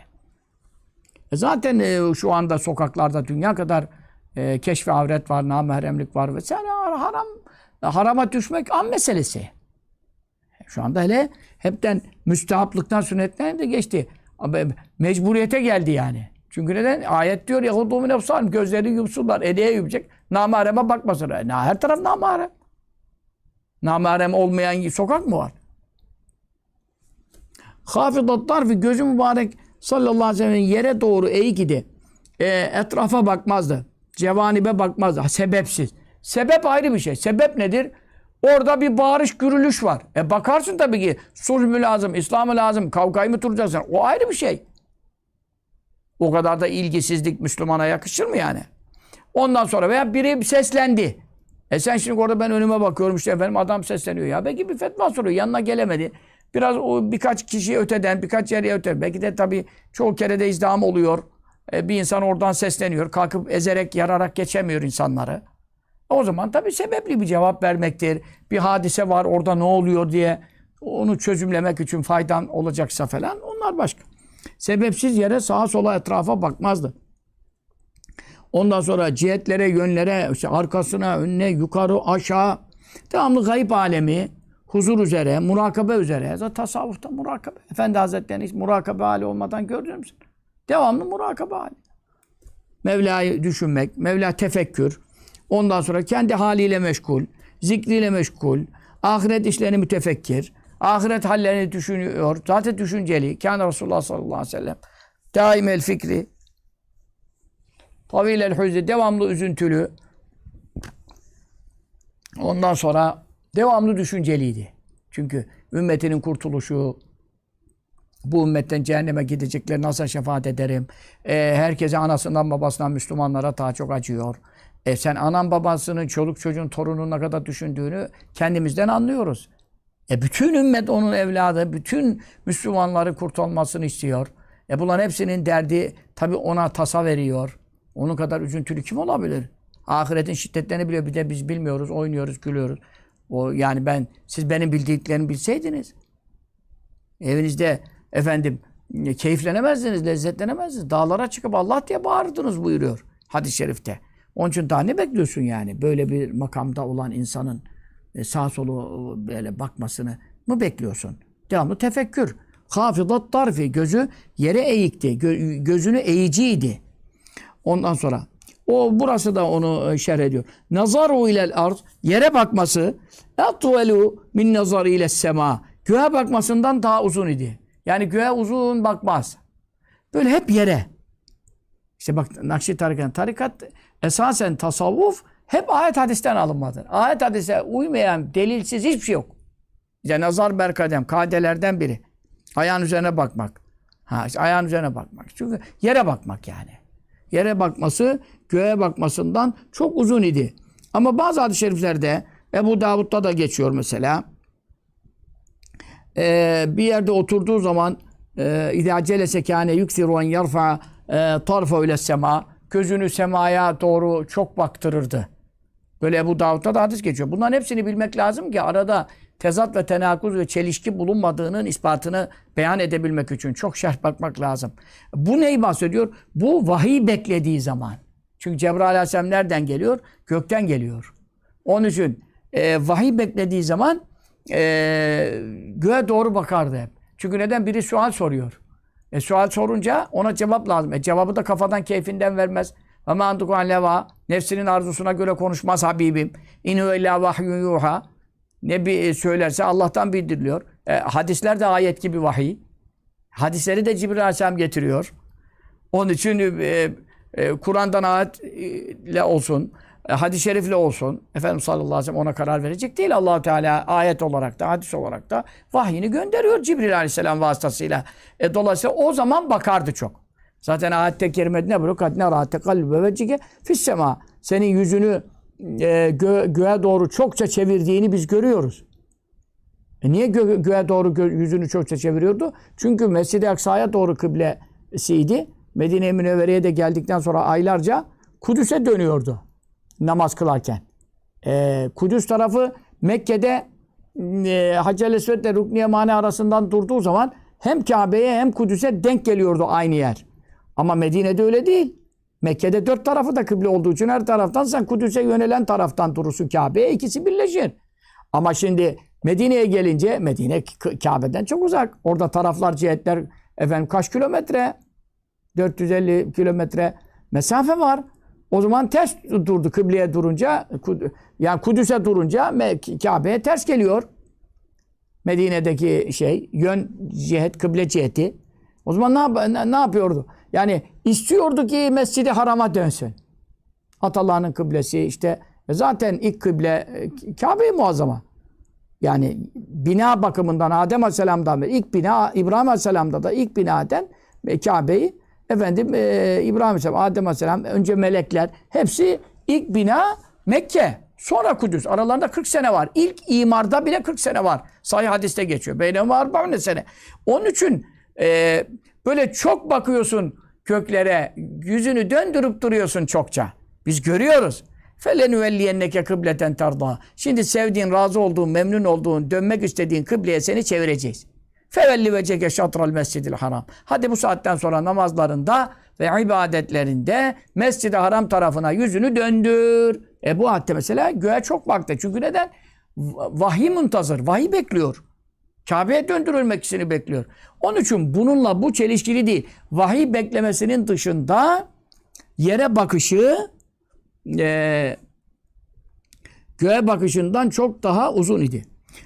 Speaker 1: E zaten e, şu anda sokaklarda dünya kadar e, keşf-i avret var, namahremlik var vesaire. Haram, harama düşmek an meselesi. Şu anda hele hepten müstehaplıktan sünnetten de geçti. Mecburiyete geldi yani. Çünkü neden? Ayet diyor ya hudumun efsalim, gözleri yumsunlar, eliye yumacak. Namahreme bakmasın. Her taraf namahrem. Namahrem olmayan sokak mı var? Hafıdat tarfi, gözü mübarek sallallahu aleyhi ve sellem'in yere doğru eğik idi. E, etrafa bakmazdı. Cevanibe bakmazdı. Sebepsiz. Sebep ayrı bir şey. Sebep nedir? Orada bir bağırış, gürülüş var. E bakarsın tabii ki. Sulh mü lazım, İslam mı lazım, kavgayı mı tutacaksın? O ayrı bir şey. O kadar da ilgisizlik Müslümana yakışır mı yani? Ondan sonra veya biri seslendi. E sen şimdi orada ben önüme bakıyorum işte efendim adam sesleniyor ya. Belki bir fetva soruyor. Yanına gelemedi. Biraz o birkaç kişi öteden, birkaç yere öter. Belki de tabii çoğu kere de izdiham oluyor. E, bir insan oradan sesleniyor. Kalkıp ezerek, yararak geçemiyor insanları. O zaman tabii sebepli bir cevap vermektir. Bir hadise var orada ne oluyor diye onu çözümlemek için faydan olacaksa falan onlar başka. Sebepsiz yere sağa sola etrafa bakmazdı. Ondan sonra cihetlere, yönlere, işte arkasına, önüne, yukarı, aşağı devamlı gayb alemi, huzur üzere, murakabe üzere. Zaten tasavvufta murakabe. Efendi Hazretleri'nin hiç murakabe hali olmadan gördün mü? Devamlı murakabe hali. Mevla'yı düşünmek, Mevla tefekkür. Ondan sonra kendi haliyle meşgul, zikriyle meşgul, ahiret işlerini mütefekkir, ahiret hallerini düşünüyor. Zaten düşünceli. Kâne Resulullah sallallahu aleyhi ve sellem daimel fikri, tavilel hüzni, devamlı üzüntülü. Ondan sonra devamlı düşünceliydi. Çünkü ümmetinin kurtuluşu, bu ümmetten cehenneme gidecekler nasıl şefaat ederim? E, herkese anasından babasından Müslümanlara daha çok acıyor. E sen anan babasının, çoluk çocuğun, torunun ne kadar düşündüğünü kendimizden anlıyoruz. E bütün ümmet onun evladı, bütün Müslümanları kurtulmasını istiyor. E bunların hepsinin derdi tabii ona tasa veriyor. Onun kadar üzüntülü kim olabilir? Ahiretin şiddetlerini biliyor. Bir de biz bilmiyoruz, oynuyoruz, gülüyoruz. O yani ben, siz benim bildiklerimi bilseydiniz, evinizde efendim keyiflenemezdiniz, lezzetlenemezdiniz. Dağlara çıkıp Allah diye bağırdınız buyuruyor hadis-i şerifte. Onun için daha ne bekliyorsun yani? Böyle bir makamda olan insanın e, sağ solu böyle bakmasını mı bekliyorsun? Devamlı tefekkür. Hafıdat tarfi, gözü yere eğikti. Gö gözünü eğiciydi. Ondan sonra o burası da onu şerh ediyor. Nazaru ilel arz, yere bakması etvelu min nazari ile sema. Göğe bakmasından daha uzun idi. Yani göğe uzun bakmaz. Böyle hep yere. İşte bak Nakşi tarikatı, tarikat esasen tasavvuf hep ayet hadisten alınmadır. Ayet hadise uymayan, delilsiz hiçbir şey yok. İşte nazar berkadem, kadelerden biri. Ayağın üzerine bakmak. Ha, işte ayağın üzerine bakmak. Çünkü yere bakmak yani. Yere bakması, göğe bakmasından çok uzun idi. Ama bazı hadis-i şeriflerde, Ebu Davud'da da geçiyor mesela. Ee, bir yerde oturduğu zaman اِذَا جَلَسَ كَانَ يُكْسِرُ اَنْ يَرْفَعَ طَرْفَ اِلَى السَّمَا Gözünü semaya doğru çok baktırırdı. Böyle Ebu Davud'da da hadis geçiyor. Bunların hepsini bilmek lazım ki arada tezat ve tenakuz ve çelişki bulunmadığının ispatını beyan edebilmek için çok şerh bakmak lazım. Bu neyi bahsediyor? Bu vahiy beklediği zaman. Çünkü Cebrail Aleyhisselam nereden geliyor? Gökten geliyor. Onun için e, vahiy beklediği zaman e, göğe doğru bakardı hep. Çünkü neden? Biri sual soruyor. E, sual sorunca ona cevap lazım. E, cevabı da kafadan, keyfinden vermez. Ama antuku leva nefsinin arzusuna göre konuşmaz Habibim. İnhu illa vahyun yuha. Ne bir söylerse Allah'tan bildiriliyor. E, hadisler de ayet gibi vahiy. Hadisleri de Cibril Aleyhisselam getiriyor. Onun için e, e, Kur'an'dan ayetle olsun, e, hadis-i şerifle olsun, Efendimiz sallallahu aleyhi ve sellem ona karar verecek değil. Allah-u Teala ayet olarak da, hadis olarak da vahyini gönderiyor Cibril Aleyhisselam vasıtasıyla. E, dolayısıyla o zaman bakardı çok. Zaten ayet-i kerimede ne buyuruyor? Kad nara tekalluve vecike fis-sema. Senin yüzünü e, gö göğe doğru çokça çevirdiğini biz görüyoruz. E niye gö göğe doğru gö yüzünü çokça çeviriyordu? Çünkü Mescid-i Aksa'ya doğru kıblesiydi. Medine-i Münevvere'ye de geldikten sonra aylarca Kudüs'e dönüyordu namaz kılarken. E, Kudüs tarafı Mekke'de e, Hacer-i Esved ile Rukn-i Yemani arasından durduğu zaman hem Kabe'ye hem Kudüs'e denk geliyordu aynı yer. Ama Medine'de öyle değil. Mekke'de dört tarafı da kıble olduğu için her taraftan sen Kudüs'e yönelen taraftan durursun Kabe'ye. İkisi birleşir. Ama şimdi Medine'ye gelince Medine Kabe'den çok uzak. Orada taraflar, cihetler efendim kaç kilometre? dört yüz elli kilometre mesafe var. O zaman ters durdu kıbleye durunca, yani Kudüs'e durunca Kabe'ye ters geliyor. Medine'deki şey, yön cihet, kıble ciheti. O zaman ne, yap ne yapıyordu? Yani istiyordu ki Mescid-i Haram'a dönsün. Atalarının kıblesi işte zaten ilk kıble Kabe-i Muazzama. Yani bina bakımından Adem Aleyhisselam'dan beri ilk bina İbrahim Aleyhisselam'da da ilk binaden Kabe'yi efendim e, İbrahim Aleyhisselam, Adem Aleyhisselam, önce melekler hepsi ilk bina Mekke. Sonra Kudüs. Aralarında kırk sene var. İlk imarda bile kırk sene var. Sahih hadiste geçiyor. Beynema arba'une sene. Onun için e, böyle çok bakıyorsun köklere, yüzünü döndürüp duruyorsun çokça. Biz görüyoruz. فَلَنُوَلِّيَنَّكَ kıbleten tarda. Şimdi sevdiğin, razı olduğun, memnun olduğun, dönmek istediğin kıbleye seni çevireceğiz. فَوَلِّ وَجَكَ شَطْرَ الْمَسْجِدِ الْحَرَامِ. Hadi bu saatten sonra namazlarında ve ibadetlerinde Mescid-i Haram tarafına yüzünü döndür. E bu hatta mesela göğe çok baktı. Çünkü neden? Vahiy muntazır. Vahiy bekliyor. Kabe'ye döndürülmesini bekliyor. Onun için bununla bu çelişkili değil. Vahiy beklemesinin dışında yere bakışı e, göğe bakışından çok daha uzun idi.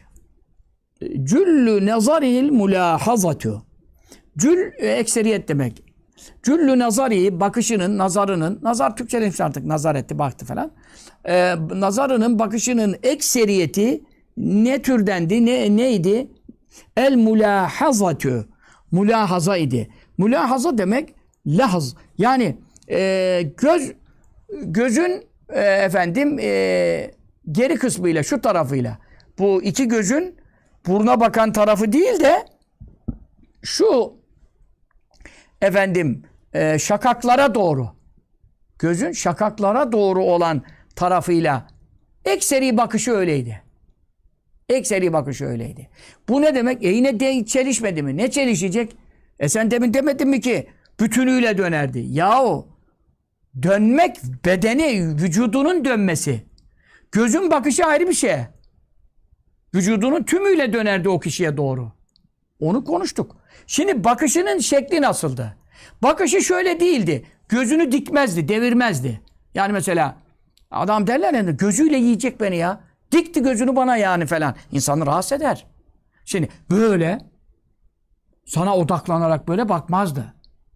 Speaker 1: Cüllü nazarihil mulahazatu. Cül ekseriyet demek. Cüllü nazari bakışının, nazarının, nazar Türkçelemiş artık, nazar etti, baktı falan. Ee, nazarının, bakışının ekseriyeti ne türdendi, ne, neydi? El mulahazatü. Mulahaza idi. Mulahaza demek lahaz. Yani e, göz gözün e, efendim e, geri kısmıyla, şu tarafıyla. Bu iki gözün buruna bakan tarafı değil de şu efendim e, şakaklara doğru, gözün şakaklara doğru olan tarafıyla ekseri bakışı öyleydi. Ekseri bakışı öyleydi. Bu ne demek? E yine de çelişmedi mi? Ne çelişecek? E sen demin demedin mi ki bütünüyle dönerdi? Yahu dönmek bedeni, vücudunun dönmesi. Gözün bakışı ayrı bir şey. Vücudunun tümüyle dönerdi o kişiye doğru. Onu konuştuk. Şimdi bakışının şekli nasıldı? Bakışı şöyle değildi. Gözünü dikmezdi, devirmezdi. Yani mesela adam derler ya, gözüyle yiyecek beni ya. Dikti gözünü bana yani falan. İnsanı rahatsız eder. Şimdi böyle sana odaklanarak böyle bakmazdı.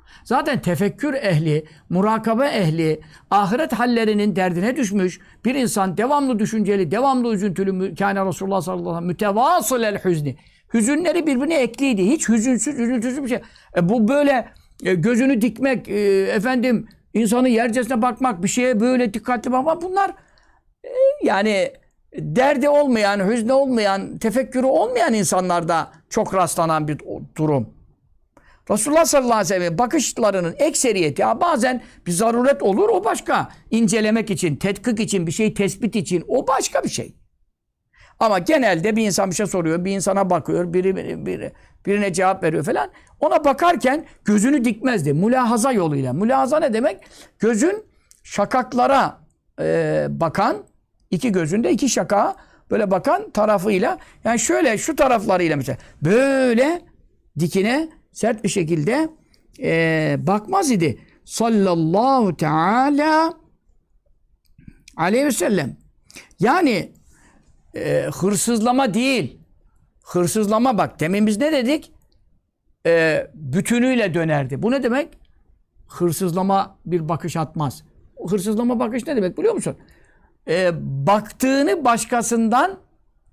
Speaker 1: Zaten tefekkür ehli, murakabe ehli, ahiret hallerinin derdine düşmüş bir insan devamlı düşünceli, devamlı üzüntülü, kâne Resulullah sallallahu aleyhi ve sellem mütevâsılel hüzni. Hüzünleri birbirine ekliydi. Hiç hüzünsüz, üzüntüsüz bir şey. E bu böyle e, gözünü dikmek, e, efendim insanı yercesine bakmak, bir şeye böyle dikkatli bakmak, bunlar e, yani derdi olmayan, hüznü olmayan, tefekkürü olmayan insanlarda çok rastlanan bir durum. Resulullah sallallahu aleyhi ve sellem bakışlarının ekseriyeti, ya bazen bir zaruret olur, o başka. İncelemek için, tetkik için, bir şey tespit için, o başka bir şey. Ama genelde bir insan bir şey soruyor, bir insana bakıyor, biri, biri birine cevap veriyor falan. Ona bakarken gözünü dikmezdi. Mülahaza yoluyla. Mülahaza ne demek? Gözün şakaklara e, bakan, iki gözünde iki şakağa böyle bakan tarafıyla, yani şöyle şu taraflarıyla mesela böyle dikine sert bir şekilde e, bakmaz idi. Sallallahu teala aleyhi ve sellem. Yani e, hırsızlama değil. Hırsızlama bak. Demin biz ne dedik? E, bütünüyle dönerdi. Bu ne demek? Hırsızlama bir bakış atmaz. Hırsızlama bakış ne demek biliyor musun? E, baktığını başkasından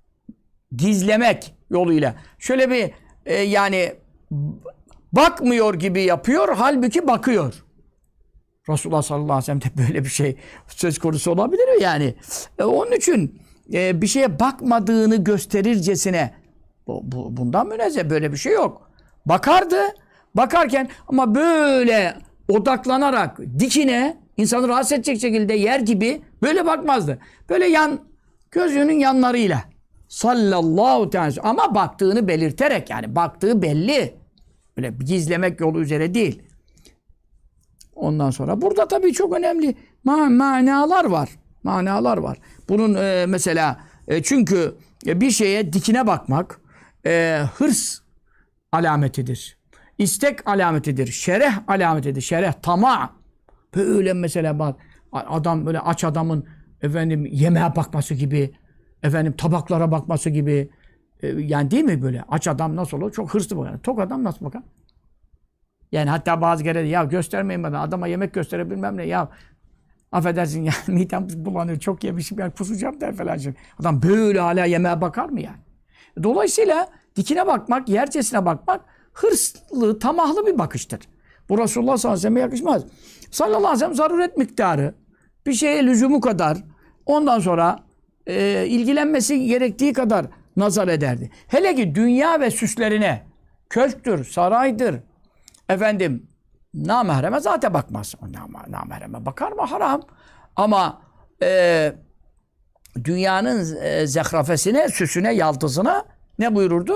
Speaker 1: gizlemek yoluyla. Şöyle bir e, yani bakmıyor gibi yapıyor, halbuki bakıyor. Resulullah sallallahu aleyhi ve sellem de böyle bir şey söz konusu olabilir mi yani? E, onun için e, bir şeye bakmadığını gösterircesine, bu, bu, bundan münezzeh, böyle bir şey yok. Bakardı, bakarken ama böyle odaklanarak dikine, insanı rahatsız edecek şekilde yer gibi böyle bakmazdı. Böyle yan, gözünün yanlarıyla sallallahu teala, ama baktığını belirterek, yani baktığı belli. Böyle gizlemek yolu üzere değil. Ondan sonra burada tabii çok önemli ma manalar var. Manalar var. Bunun e, mesela e, çünkü e, bir şeye dikine bakmak e, hırs alametidir. İstek alametidir. Şereh alametidir. Şereh, tamah. Böyle mesela bak, adam böyle aç adamın efendim yemeğe bakması gibi, efendim tabaklara bakması gibi, e, yani değil mi böyle? Aç adam nasıl olur? Çok hırslı bakar. Tok adam nasıl bakar? Yani hatta bazı kere ya göstermeyin bana, adama yemek gösterebilmem ne ya, affedersin ya, midem bulanıyor, çok yemişim yani, kusacağım der falan. Adam böyle hala yemeğe bakar mı yani? Dolayısıyla dikine bakmak, yercesine bakmak hırslı, tamahlı bir bakıştır. Bu Resulullah sallallahu aleyhi ve sellem'e yakışmaz. Sallallahu aleyhi ve sellem zaruret miktarı, bir şeye lüzumu kadar, ondan sonra e, ilgilenmesi gerektiği kadar nazar ederdi. Hele ki dünya ve süslerine, köşktür, saraydır, efendim namahreme zaten bakmaz. Namahreme bakar mı? Haram. Ama e, dünyanın e, zehrafesine, süsüne, yaldızına ne buyururdu?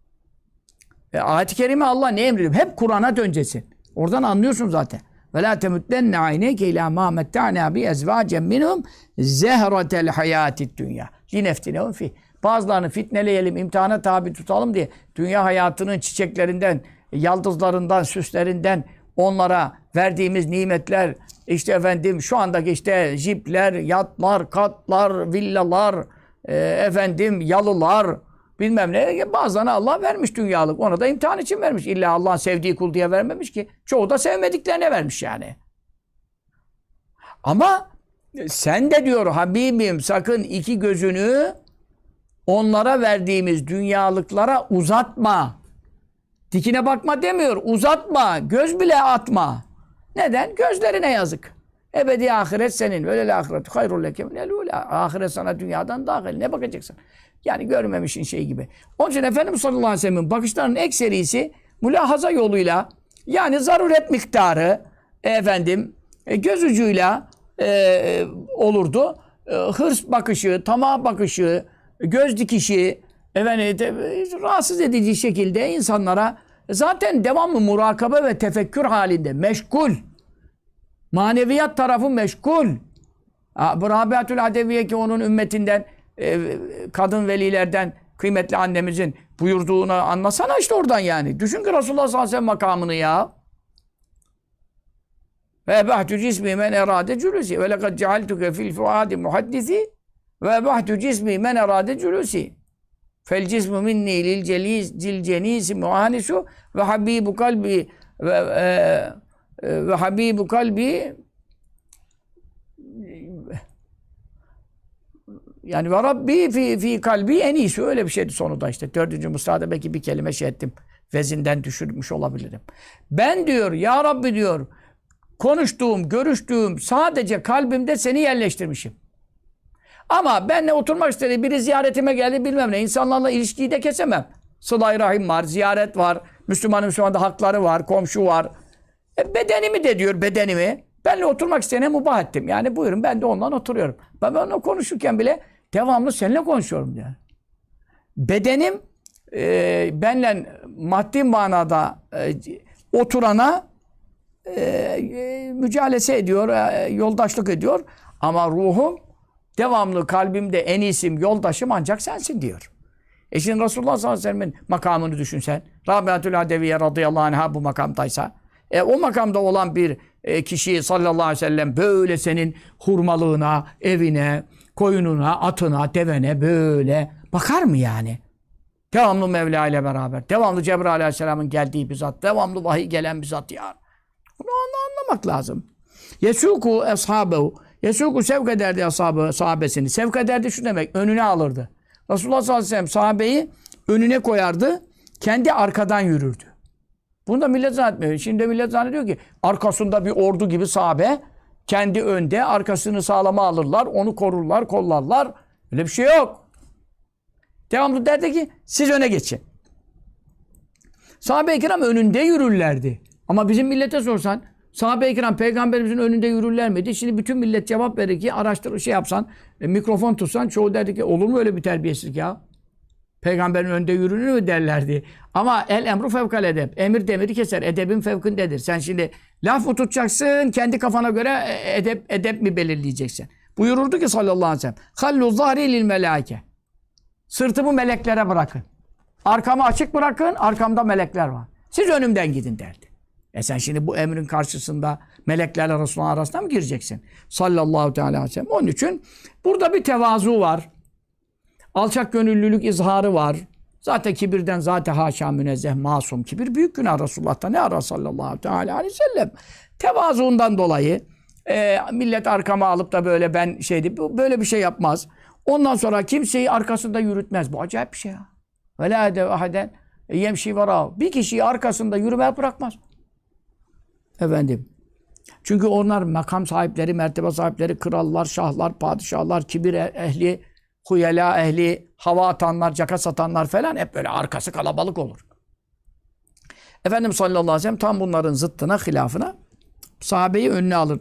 Speaker 1: E, ayet-i kerime Allah ne emrediyor? Hep Kur'an'a döneceksin. Oradan anlıyorsun zaten. Ve la temuttenne ayneke ila ma metta'na bi ezvacen minhum zehratel hayatid dünya. Lineftinehum fi. Bazılarını fitneleyelim, imtihana tabi tutalım diye dünya hayatının çiçeklerinden, yaldızlarından, süslerinden onlara verdiğimiz nimetler, işte efendim şu andaki işte jipler, yatlar, katlar, villalar, e, efendim yalılar, bilmem ne, bazılarına Allah vermiş dünyalık. Ona da imtihan için vermiş. İlla Allah'ın sevdiği kul diye vermemiş ki. Çoğu da sevmediklerine vermiş yani. Ama sen de diyor Habibim, sakın iki gözünü onlara verdiğimiz dünyalıklara uzatma. Dikine bakma demiyor. Uzatma. Göz bile atma. Neden? Gözlerine yazık. Ebedi ahiret senin. Velel ahiretu hayrul leke minel ula. Ahiret sana dünyadan daha hayırlı. Ne bakacaksın? Yani görmemişin şey gibi. Onun için Efendimiz sallallahu aleyhi ve sellem'in bakışlarının ekserisi mülahaza yoluyla, yani zaruret miktarı, efendim e, göz ucuyla e, olurdu. E, hırs bakışı, tamah bakışı, göz dikişi, efendim, de, rahatsız edici şekilde insanlara zaten devamlı murakabe ve tefekkür halinde meşgul. Maneviyat tarafı meşgul. Rabiatül Adeviye ki onun ümmetinden, e, kadın velilerden kıymetli annemizin buyurduğunu anlasana işte oradan yani. Düşün ki Resulullah sallallahu aleyhi ve sellem makamını ya. Ve ebahtu cismi men erade cülüsi ve lekad cealtuke fil fuadi muhaddisi ve ebahtu cismi men erade cülüsi fel cismu minni lil celiz cil cenisi muanisu ve habibu kalbi ve e, ve habibu kalbi yani ve Rabbi fi, fi kalbi en iyisi öyle bir şeydi sonunda işte. Dördüncü mısrada belki bir kelime şey ettim. Vezinden düşürmüş olabilirim. Ben diyor ya Rabbi diyor konuştuğum, görüştüğüm sadece kalbimde seni yerleştirmişim. Ama benle oturmak istedi. Biri ziyaretime geldi bilmem ne. İnsanlarla ilişkiyi de kesemem. Sıla-i Rahim var, ziyaret var. Müslümanın Müslüman'da hakları var, komşu var. E bedenimi de diyor bedenimi. Benle oturmak isteyene mubah ettim. Yani buyurun ben de ondan oturuyorum. Ben onunla konuşurken bile devamlı seninle konuşuyorum diyor. Bedenim e, benle maddi manada e, oturana e, e, mücalese ediyor, e, yoldaşlık ediyor. Ama ruhum devamlı kalbimde en iyisim, yoldaşım ancak sensin diyor. E şimdi Resulullah sallallahu aleyhi ve sellem'in makamını düşünsen. Rabiatül Adeviye radıyallahu anh'a bu makamdaysa. E, o makamda olan bir e, kişi sallallahu aleyhi ve sellem böyle senin hurmalığına, evine, koyununa, atına, devene böyle bakar mı yani? Devamlı Mevla ile beraber. Devamlı Cebrail aleyhisselamın geldiği bir zat. Devamlı vahiy gelen bir zat ya. Bunu anlamak lazım. Yesuku eshabehu. Yesuku sevk ederdi ashabı, sahabesini. Sevk ederdi şu demek. Önüne alırdı. Resulullah sallallahu aleyhi ve sellem sahabeyi önüne koyardı. Kendi arkadan yürürdü. Bunu da millet zannetmiyor. Şimdi millet zannediyor ki arkasında bir ordu gibi sahabe kendi önde arkasını sağlama alırlar. Onu korurlar, kollarlar. Öyle bir şey yok. Devamlı derdi ki siz öne geçin. Sahabe-i kiram önünde yürürlerdi. Ama bizim millete sorsan sahabe-i kiram peygamberimizin önünde yürürler miydi? Şimdi bütün millet cevap verir ki araştır şey yapsan e, mikrofon tutsan çoğu derdi ki olur mu öyle bir terbiyesizlik ya? Peygamberin önünde yürünür mü derlerdi. Ama el emru fevkal edep. Emir demiri keser. Edebin fevkindedir. Sen şimdi laf mı tutacaksın? Kendi kafana göre edep edep mi belirleyeceksin? Buyururdu ki sallallahu aleyhi ve sellem. Hallu zahri lil melaike. Sırtımı meleklere bırakın. Arkamı açık bırakın. Arkamda melekler var. Siz önümden gidin derdi. E sen şimdi bu emrin karşısında meleklerle Resulullah arasına mı gireceksin? Sallallahu aleyhi ve sellem. Onun için burada bir tevazu var. Alçak gönüllülük izharı var. Zaten kibirden zaten haşa münezzeh masum. Kibir büyük günah Resulullah'ta. Ne ara sallallahu aleyhi ve sellem. Tevazuundan dolayı e, millet arkama alıp da böyle ben şeydi böyle bir şey yapmaz. Ondan sonra kimseyi arkasında yürütmez. Bu acayip bir şey ya. Velâ edev ahaden yemşi varâ. Bir kişiyi arkasında yürümeye bırakmaz. Efendim. Çünkü onlar makam sahipleri, mertebe sahipleri, krallar, şahlar, padişahlar, kibir ehli, huyela ehli, hava atanlar, caka satanlar falan hep böyle arkası kalabalık olur. Efendimiz sallallahu aleyhi ve sellem tam bunların zıttına, hilafına sahabeyi önüne alır.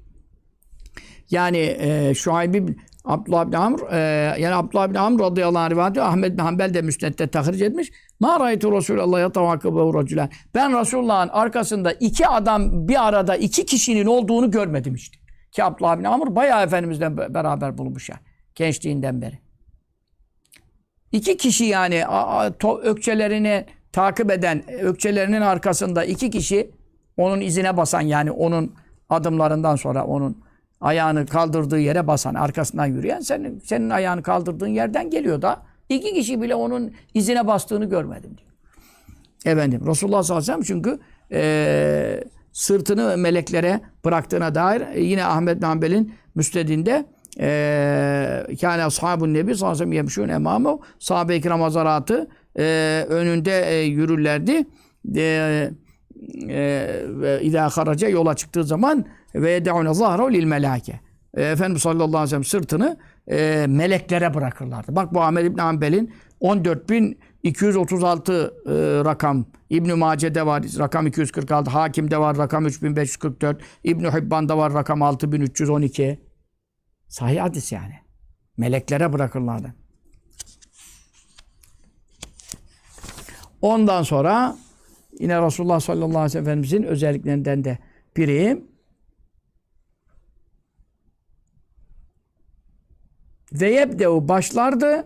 Speaker 1: Yani e, Şuayb Abdullah bin Amr, e, yani Abdullah bin Amr radıyallahu anh rivayet ediyor. Ahmed bin Hanbel de Müsned'de tahric etmiş. Ma ra'aytu Resulallah yetavakkabehu racülen. Ben Resulullah'ın arkasında iki adam bir arada iki kişinin olduğunu görmedim işte. Ki Abdullah bin Amr bayağı Efendimiz'le beraber bulunmuş yani. Gençliğinden beri. İki kişi yani a, a, to, ökçelerini takip eden, ökçelerinin arkasında iki kişi onun izine basan yani onun adımlarından sonra onun ayağını kaldırdığı yere basan, arkasından yürüyen senin, senin ayağını kaldırdığın yerden geliyor da iki kişi bile onun izine bastığını görmedim diyor. Efendim Resulullah sallallahu aleyhi ve sellem çünkü e, sırtını meleklere bıraktığına dair e, yine Ahmed bin Hanbel'in müstedinde yani ashabun nebi sallallahu aleyhi ve sellem yemşûn emâmehu sahabe-i kiram hazaratı e, önünde e, yürürlerdi. E, ve idâ haraca yola çıktığı zaman ve yed'ûne zahrehu lil melâke. Efendimiz sallallahu aleyhi ve sellem sırtını e, meleklere bırakırlardı. Bak bu Ahmed İbn Hanbel'in on dört bin iki yüz otuz altı e, rakam. İbn-i Mace'de var rakam iki yüz kırk altı. Hakim'de var rakam üç bin beş yüz kırk dört. İbn-i Hibban'da var rakam altı bin üç yüz on iki. Sahih hadis yani. Meleklere bırakırlardı. Ondan sonra yine Resulullah sallallahu aleyhi ve sellem Efendimizin özelliklerinden de biri ve yebde'u başlardı.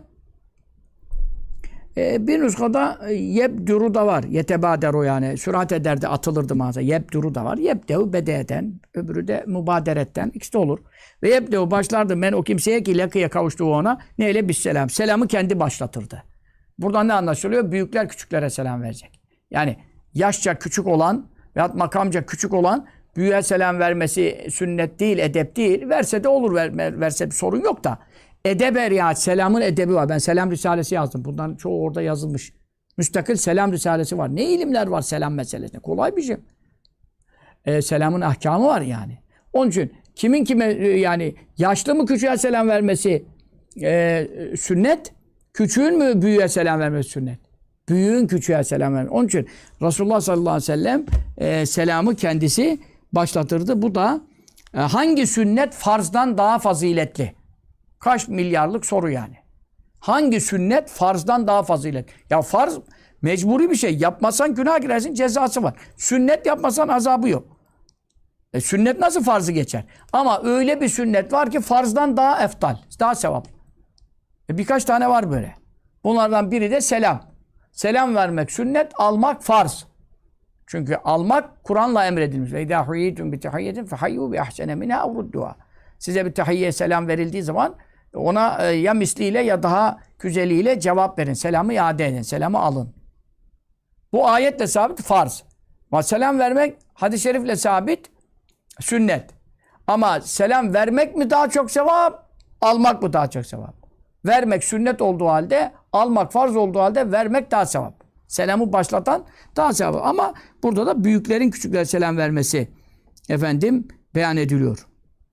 Speaker 1: Ee, bir nuskada yebduru da var. Yetebaderu yani. Sürat ederdi, atılırdı mağaza. Yebduru da var. Yebde'u bede'den. Öbürü de mübaderetten. İkisi de olur. Ve yebde'u başlardı men o kimseye ki lakıya kavuştuğu ona neyle bisselam. Selamı kendi başlatırdı. Buradan ne anlaşılıyor? Büyükler küçüklere selam verecek. Yani yaşça küçük olan veyahut makamca küçük olan büyüğe selam vermesi sünnet değil, edep değil. Verse de olur, ver, verse bir sorun yok da. Edebe riayet, selamın edebi var. Ben selam risalesi yazdım. Bundan çoğu orada yazılmış. Müstakil selam risalesi var. Ne ilimler var selam meselesinde. Kolay bir şey. Ee, selamın ahkamı var yani. Onun için kimin kime yani yaşlı mı küçüğe selam vermesi e, sünnet, küçüğün mü büyüğe selam vermesi sünnet? Büyüğün küçüğe selam vermesi. Onun için Resulullah sallallahu aleyhi ve sellem e, selamı kendisi başlatırdı. Bu da e, hangi sünnet farzdan daha faziletli? Kaç milyarlık soru yani. Hangi sünnet farzdan daha faziletli? Ya farz mecburi bir şey. Yapmazsan günah girersin, cezası var. Sünnet yapmasan azabı yok. E, sünnet nasıl farzı geçer? Ama öyle bir sünnet var ki farzdan daha eftal, daha sevap. E, birkaç tane var böyle. Bunlardan biri de selam. Selam vermek sünnet, almak farz. Çünkü almak Kur'an'la emredilmiş. Ve idâ huyyitun bi tahiyyetin fehayyû bi ahsene minhâ ev rudduhâ. Size bir tahiyye selam verildiği zaman ona e, ya misliyle ya daha güzeliyle cevap verin. Selamı iade edin. Selamı alın. Bu ayetle sabit farz. Ama selam vermek hadis-i şerifle sabit sünnet. Ama selam vermek mi daha çok sevap? Almak mı daha çok sevap? Vermek sünnet olduğu halde, almak farz olduğu halde vermek daha sevap. Selamı başlatan daha sevap. Ama burada da büyüklerin küçüklere selam vermesi efendim beyan ediliyor.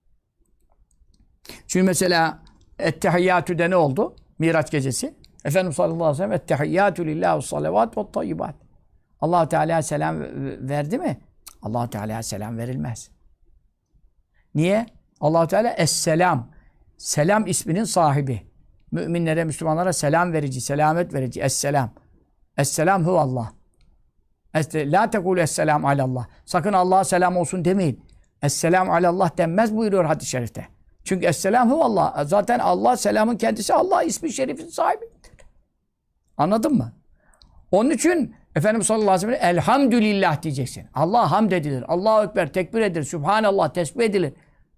Speaker 1: Şimdi mesela ettehiyyatü'de ne oldu? Miraç gecesi. Efendimiz sallallahu aleyhi ve sellem ettehiyyatü lillahi salavat ve tayyibat. Allah Teala selam verdi mi? Allah Teala selam verilmez. Niye? Allah Teala es-selam. Selam isminin sahibi. Müminlere, Müslümanlara selam verici, selamet verici. Es-selam. Es-selam huvallah. La tekul es-selam alallah. Sakın Allah'a selam olsun demeyin. Es-selam alallah denmez buyuruyor hadis-i şerifte. Çünkü es-selam huvallah. Zaten Allah selamın kendisi, Allah ismi şerifin sahibidir. Anladın mı? Onun için Efendimiz sallallahu aleyhi ve sellem elhamdülillah diyeceksin. Allah hamd edilir. Allahu ekber tekbir edilir. Sübhanallah tesbih edilir.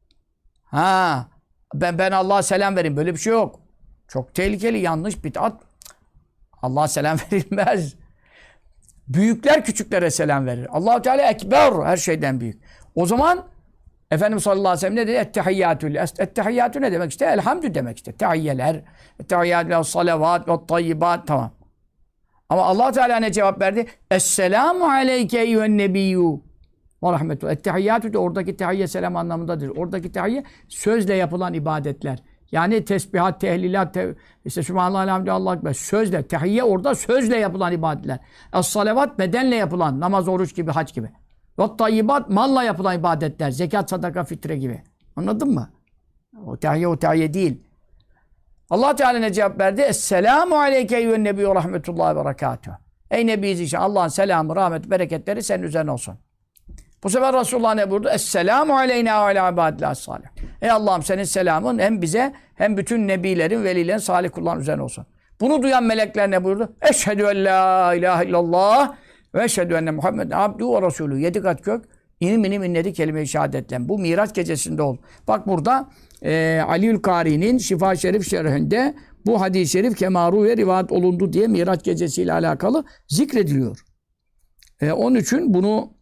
Speaker 1: Ha, ben ben Allah'a selam vereyim. Böyle bir şey yok. Çok tehlikeli, yanlış, bid'at. Allah'a selam verilmez. Büyükler küçüklere selam verir. Allah-u Teala ekber, her şeyden büyük. O zaman Efendimiz sallallahu aleyhi ve sellem ne dedi? Ettehiyyatü. Ettehiyyatü ne demek işte? Elhamdü demek işte. Tehiyyeler, ettehiyyatü, salavat ve tayyibat. Tamam. Ama Allah Teala ne cevap verdi? Esselamu aleyke eyyühen nebiyyü ve rahmetullah. Ettehiyyatü de oradaki tehiyye selam anlamındadır. Oradaki tehiyye sözle yapılan ibadetler. Yani tesbihat, tehlilat, te işte Sübhanallah, elhamdülillah, Allahu ekber. Sözle, tehiyye orada sözle yapılan ibadetler. Es-salavat bedenle yapılan, namaz, oruç gibi, hac gibi. Ve tayyibat malla yapılan ibadetler. Zekat, sadaka, fitre gibi. Anladın mı? O tehiyye o tehiyye değil. Allah Teala ne cevap verdi? Esselamu aleyke eyyühen nebi ve rahmetullahi ve berekatuhu. Ey Nebi Zişan, Allah'ın selamı, rahmet, bereketleri senin üzerine olsun. Bu sefer Resulullah ne buyurdu? Esselamu aleyna ve ala ibadillah salih. Ey Allah'ım senin selamın hem bize hem bütün nebilerin, velilerin, salih kulların üzerine olsun. Bunu duyan melekler ne buyurdu? Eşhedü en la ilahe illallah ve eşhedü enne Muhammeden abduhu ve resulü. Yedi kat kök inim inim inledi kelime-i şehadetle. Bu Miraç gecesinde oldu. Bak burada e, Aliül Kari'nin Şifa Şerif şerhinde bu hadis-i şerif kemaru ve rivayet olundu diye Miraç gecesiyle alakalı zikrediliyor. E, onun için bunu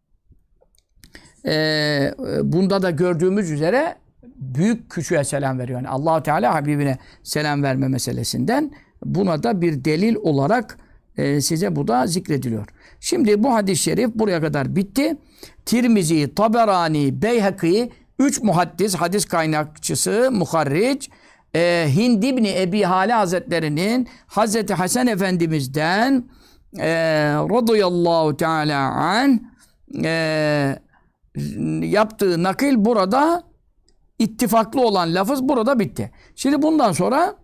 Speaker 1: e, bunda da gördüğümüz üzere büyük küçüğe selam veriyor. Yani Allah-u Teala Habibine selam verme meselesinden buna da bir delil olarak e, size bu da zikrediliyor. Şimdi bu hadis-i şerif buraya kadar bitti. Tirmizi, Taberani, Beyhaki, üç muhaddis, hadis kaynakçısı, muharric, e, Hind İbni Ebi Hale Hazretleri'nin Hazreti Hasan Efendimiz'den e, radıyallahu teala an e, yaptığı nakil burada ittifaklı olan lafız burada bitti. Şimdi bundan sonra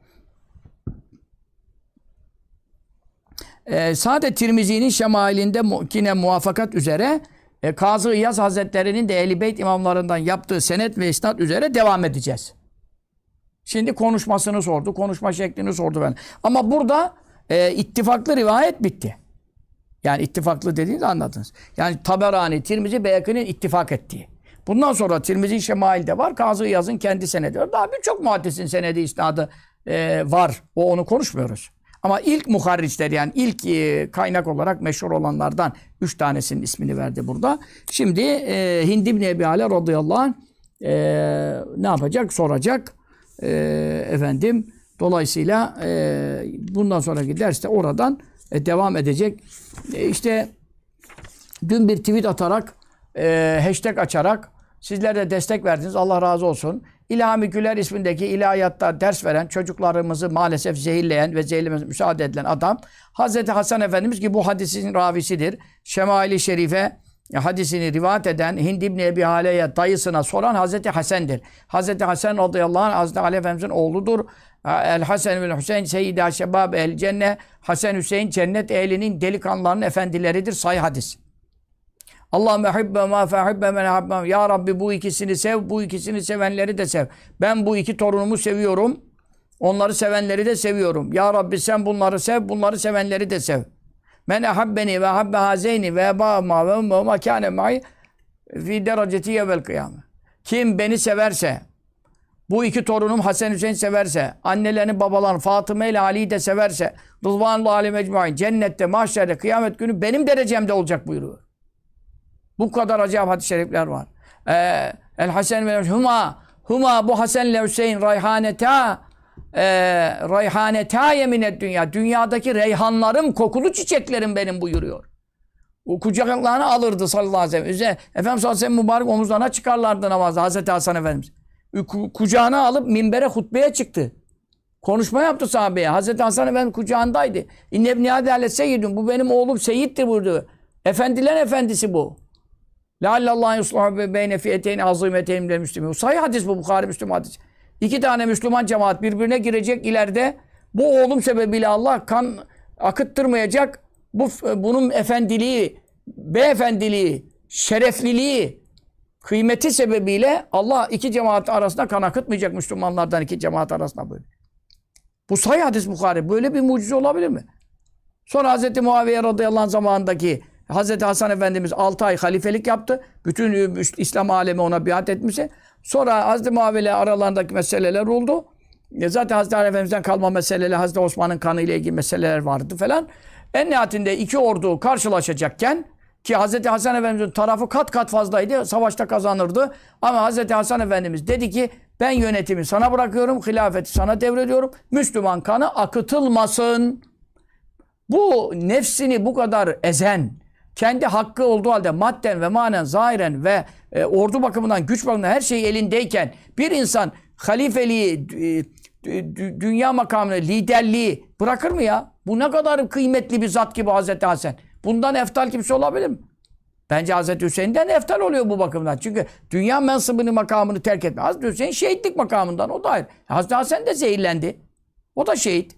Speaker 1: e, Sade Tirmizi'nin şemailinde yine muvaffakat üzere e, Kazı İyaz Hazretleri'nin de Ehl-i Beyt imamlarından yaptığı senet ve isnat üzere devam edeceğiz. Şimdi konuşmasını sordu, konuşma şeklini sordu ben. Ama burada e, ittifaklı rivayet bitti. Yani ittifaklı dediğinizi anladınız. Yani Taberani, Tirmizi, Beyhaki'nin ittifak ettiği. Bundan sonra Tirmizi Şemail'de var. Kazı İyaz'ın kendi senedi var. Daha birçok muhaddisin senedi, isnadı e, var. O onu konuşmuyoruz. Ama ilk muharriçler yani ilk e, kaynak olarak meşhur olanlardan üç tanesinin ismini verdi burada. Şimdi e, Hind ibn Ebi Hale radıyallahu anh e, ne yapacak? Soracak. E, efendim dolayısıyla e, bundan sonraki derste oradan e, devam edecek. E, işte dün bir tweet atarak e, hashtag açarak sizler de destek verdiniz. Allah razı olsun. İlhami Güler ismindeki ilahiyatta ders veren, çocuklarımızı maalesef zehirleyen ve zehirlememize müsaade edilen adam Hazreti Hasan Efendimiz ki bu hadisin ravisidir. Şemail-i Şerife hadisini rivayet eden Hind ibn Ebi Hale'ye dayısına soran Hazreti Hasen'dir. Hazreti Hasen radıyallahu anh Hazreti Ali Efendimiz'in oğludur. El Hasen ve Hüseyin Seyyidâ Şebâb el Cenne. Hasan Hüseyin cennet ehlinin delikanlılarının efendileridir. Sahih hadis. Allahümme hibbe ma fehibbe men habbem. Ya Rabbi bu ikisini sev, bu ikisini sevenleri de sev. Ben bu iki torunumu seviyorum. Onları sevenleri de seviyorum. Ya Rabbi sen bunları sev, bunları sevenleri de sev. Men ehabbeni ve habbe hazeyni ve ebâma ve umme ve kâne ma'i fi dereceti yevvel kıyame. Kim beni severse, bu iki torunum Hasan Hüseyin severse, annelerini babalarını Fatıma ile Ali'yi de severse, Rızvanullahi aleyhim ecmaîn cennette, mahşerde, kıyamet günü benim derecemde olacak buyuruyor. Bu kadar acayip hadis-i şerifler var. Ee, El Hasan ve Huma, Huma bu Hasan ile Hüseyin rayhaneta, e, rayhaneta yeminet dünya. Dünyadaki reyhanlarım, kokulu çiçeklerim benim buyuruyor. O kucaklarını alırdı sallallahu aleyhi ve sellem. Efendimiz sallallahu aleyhi ve sellem mübarek omuzlarına çıkarlardı namazda Hazreti Hasan Efendimiz. Kucağına alıp minbere hutbeye çıktı. Konuşma yaptı sahabeye. Hazreti Hasan Efendimiz kucağındaydı. İnne ibni Adale seyyidun. Bu benim oğlum Seyit'tir buyurdu. Efendilerin efendisi bu. Leallallahu yusluhu beyne fiyeteyni azimeteyni minel müslimin. Sahih hadis bu, Bukhari Müslim hadis. İki tane Müslüman cemaat birbirine girecek ileride. Bu oğlum sebebiyle Allah kan akıttırmayacak. Bu bunun efendiliği, beyefendiliği, şerefliliği, kıymeti sebebiyle Allah iki cemaat arasında kan akıtmayacak Müslümanlardan iki cemaat arasında böyle. Bu sahih hadis Bukhari. Böyle bir mucize olabilir mi? Sonra Hazreti Muaviye radıyallahu anh zamanındaki Hazreti Hasan Efendimiz altı ay halifelik yaptı. Bütün İslam alemi ona biat etmişse. Sonra Hazreti Muaviye ile aralarındaki meseleler oldu. E zaten Hazreti Ali Efendimiz'den kalma meseleler, Hazreti Osman'ın kanı ile ilgili meseleler vardı falan. En nihayetinde iki ordu karşılaşacakken ki Hazreti Hasan Efendimiz'in tarafı kat kat fazlaydı. Savaşta kazanırdı. Ama Hazreti Hasan Efendimiz dedi ki ben yönetimi sana bırakıyorum. Hilafeti sana devrediyorum. Müslüman kanı akıtılmasın. Bu nefsini bu kadar ezen, kendi hakkı olduğu halde madden ve manen, zahiren ve e, ordu bakımından, güç bakımından her şey elindeyken bir insan halifeliği, e, dünya makamını, liderliği bırakır mı ya? Bu ne kadar kıymetli bir zat gibi Hazreti Hasan. Bundan eftal kimse olabilir mi? Bence Hazreti Hüseyin'den eftal oluyor bu bakımdan. Çünkü dünya mensıbını, makamını terk etme. Hazreti Hüseyin şehitlik makamından, o da ayrı. Hazreti Hasan de zehirlendi. O da şehit.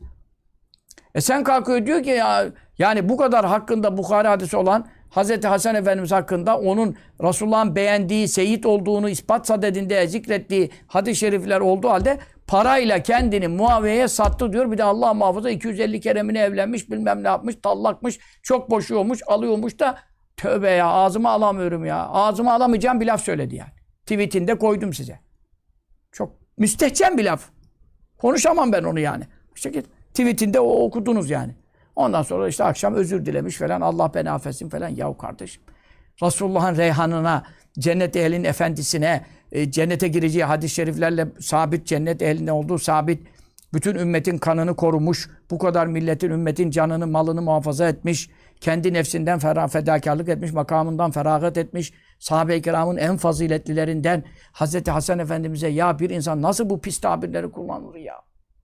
Speaker 1: E sen kalkıyor diyor ki ya, yani bu kadar hakkında Bukhari hadisi olan Hazreti Hasan Efendimiz hakkında onun Resulullah'ın beğendiği, seyit olduğunu ispat sadedinde zikrettiği hadis-i şerifler olduğu halde parayla kendini Muaviye'ye sattı diyor. Bir de Allah muhafaza iki yüz elli keremine evlenmiş, bilmem ne yapmış, tallakmış, çok boşuyormuş, alıyormuş da tövbe ya ağzıma alamıyorum ya. Ağzıma alamayacağım bir laf söyledi yani. Tweetinde koydum size. Çok müstehcen bir laf. Konuşamam ben onu yani. İşte tweetinde o okudunuz yani. Ondan sonra işte akşam özür dilemiş falan. Allah beni affetsin falan. Yahu kardeşim. Resulullah'ın reyhanına, cennet ehlinin efendisine, e, cennete gireceği hadis-i şeriflerle sabit, cennet ehlinde olduğu sabit, bütün ümmetin kanını korumuş, bu kadar milletin, ümmetin canını, malını muhafaza etmiş, kendi nefsinden ferah, fedakarlık etmiş, makamından feragat etmiş, sahabe-i kiramın en faziletlilerinden Hazreti Hasan Efendimiz'e ya bir insan nasıl bu pis tabirleri kullanır ya?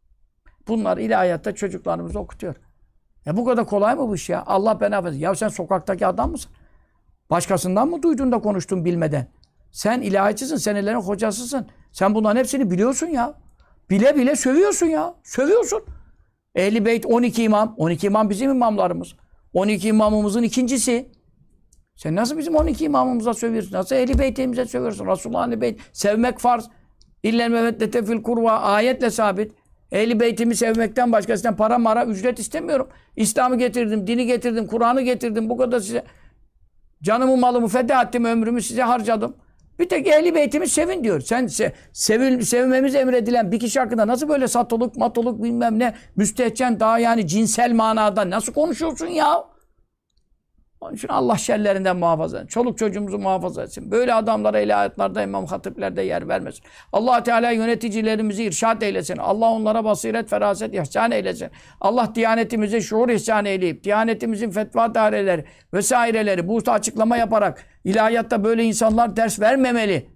Speaker 1: Bunlar ilahiyatta çocuklarımızı okutuyor. Ya bu kadar kolay mı bu iş ya? Allah beni affetsin. Ya sen sokaktaki adam mısın? Başkasından mı duydun da konuştun bilmeden? Sen ilahiyatçısın, senelerin hocasısın. Sen bunların hepsini biliyorsun ya. Bile bile sövüyorsun ya. Sövüyorsun. Ehl-i Beyt on iki imam. on iki imam bizim imamlarımız. on iki imamımızın ikincisi. Sen nasıl bizim on iki imamımıza sövüyorsun? Nasıl Ehl-i Beyt'imize sövüyorsun? Resulullah'ın Ehl-i Beyt. Sevmek farz. İllel meveddete fil kurva. Ayetle sabit. Ehl-i Beyt'imi sevmekten başkasından para mara ücret istemiyorum. İslam'ı getirdim, dini getirdim, Kur'an'ı getirdim. Bu kadar size canımı malımı feda ettim, ömrümü size harcadım. Bir tek ehli beytimi sevin diyor. Sen se sevil sevmemiz emredilen bir kişi hakkında nasıl böyle satılık, matılık bilmem ne müstehcen daha yani cinsel manada nasıl konuşuyorsun ya? Onun için Allah şerlerinden muhafaza etsin. Çoluk çocuğumuzu muhafaza etsin. Böyle adamlara ilahiyatlarda, imam hatiplerde yer vermesin. Allah Teala yöneticilerimizi irşad eylesin. Allah onlara basiret, feraset ihsan eylesin. Allah diyanetimize şuur ihsan eyleyip, diyanetimizin fetva daireleri vesaireleri bu usta açıklama yaparak ilahiyatta böyle insanlar ders vermemeli.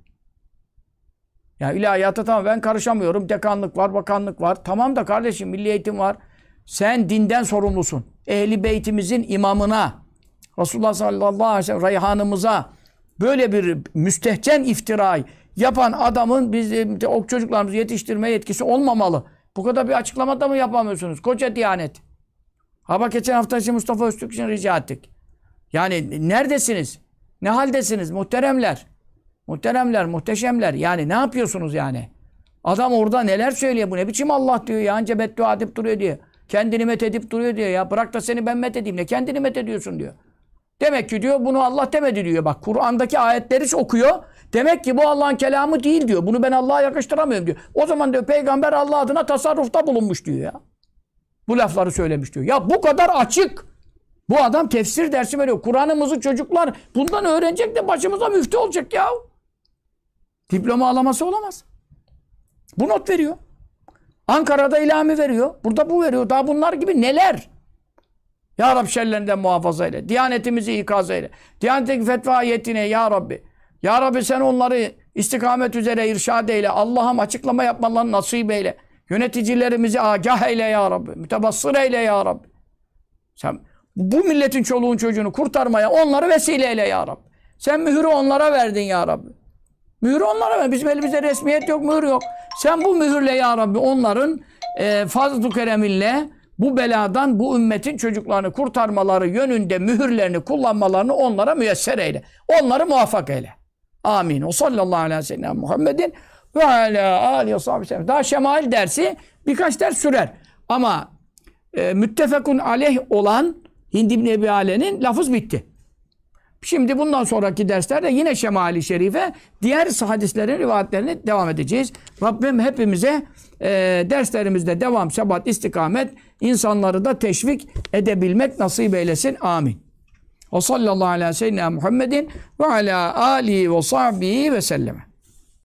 Speaker 1: Ya ilahiyatta tamam ben karışamıyorum. Dekanlık var, bakanlık var. Tamam da kardeşim milli eğitim var. Sen dinden sorumlusun. Ehli beytimizin imamına, Resulullah sallallahu aleyhi ve sellem reyhanımıza böyle bir müstehcen iftirayı yapan adamın biz de, o çocuklarımızı yetiştirme yetkisi olmamalı. Bu kadar bir açıklamada mı yapamıyorsunuz? Koca Diyanet. Ha bak geçen hafta için Mustafa Öztürk için rica ettik. Yani neredesiniz? Ne haldesiniz muhteremler? Muhteremler, muhteşemler. Yani ne yapıyorsunuz yani? Adam orada neler söylüyor? Bu ne biçim Allah diyor ya. Anca beddua edip duruyor diyor. Kendini met edip duruyor diyor ya. Bırak da seni ben met edeyim. Ne kendini met ediyorsun diyor. Demek ki diyor bunu Allah demedi diyor. Bak Kur'an'daki ayetleri okuyor. Demek ki bu Allah'ın kelamı değil diyor. Bunu ben Allah'a yakıştıramıyorum diyor. O zaman diyor peygamber Allah adına tasarrufta bulunmuş diyor ya. Bu lafları söylemiş diyor. Ya bu kadar açık. Bu adam tefsir dersi veriyor. Kur'an'ımızı çocuklar bundan öğrenecek de başımıza müftü olacak ya. Diploma alaması olamaz. Bu not veriyor. Ankara'da ilhami veriyor. Burada bu veriyor. Daha bunlar gibi neler? Ya Rabbi şerlerinden muhafaza eyle. Diyanetimizi ikaz eyle. Diyanetteki fetva ayetine ya Rabbi. Ya Rabbi sen onları istikamet üzere irşad eyle. Allah'ım açıklama yapmalarını nasip eyle. Yöneticilerimizi agah eyle ya Rabbi. Mütebassır eyle ya Rabbi. Sen bu milletin çoluğun çocuğunu kurtarmaya onları vesile eyle ya Rabbi. Sen mührü onlara verdin ya Rabbi. Mührü onlara ver. Bizim elimizde resmiyet yok, mühür yok. Sen bu mühürle ya Rabbi onların e, fazl-ı kereminle bu beladan bu ümmetin çocuklarını kurtarmaları yönünde mühürlerini kullanmalarını onlara müyesser eyle. Onları muvaffak eyle. Amin. O sallallahu aleyhi ve sellem Muhammedin ve alâ âlihi ve sahbihi. Daha şemail dersi birkaç ders sürer. Ama e, müttefekun aleyh olan Hind İbni Ebi Ale'nin lafız bitti. Şimdi bundan sonraki derslerde yine Şemali Şerife diğer hadislerin rivayetlerini devam edeceğiz. Rabbim hepimize e, derslerimizde devam, sebat, istikamet, insanları da teşvik edebilmek nasip eylesin. Amin. Ve sallallahu aleyhi ve sellem Muhammedin ve ala alihi ve sahbihi ve sellem.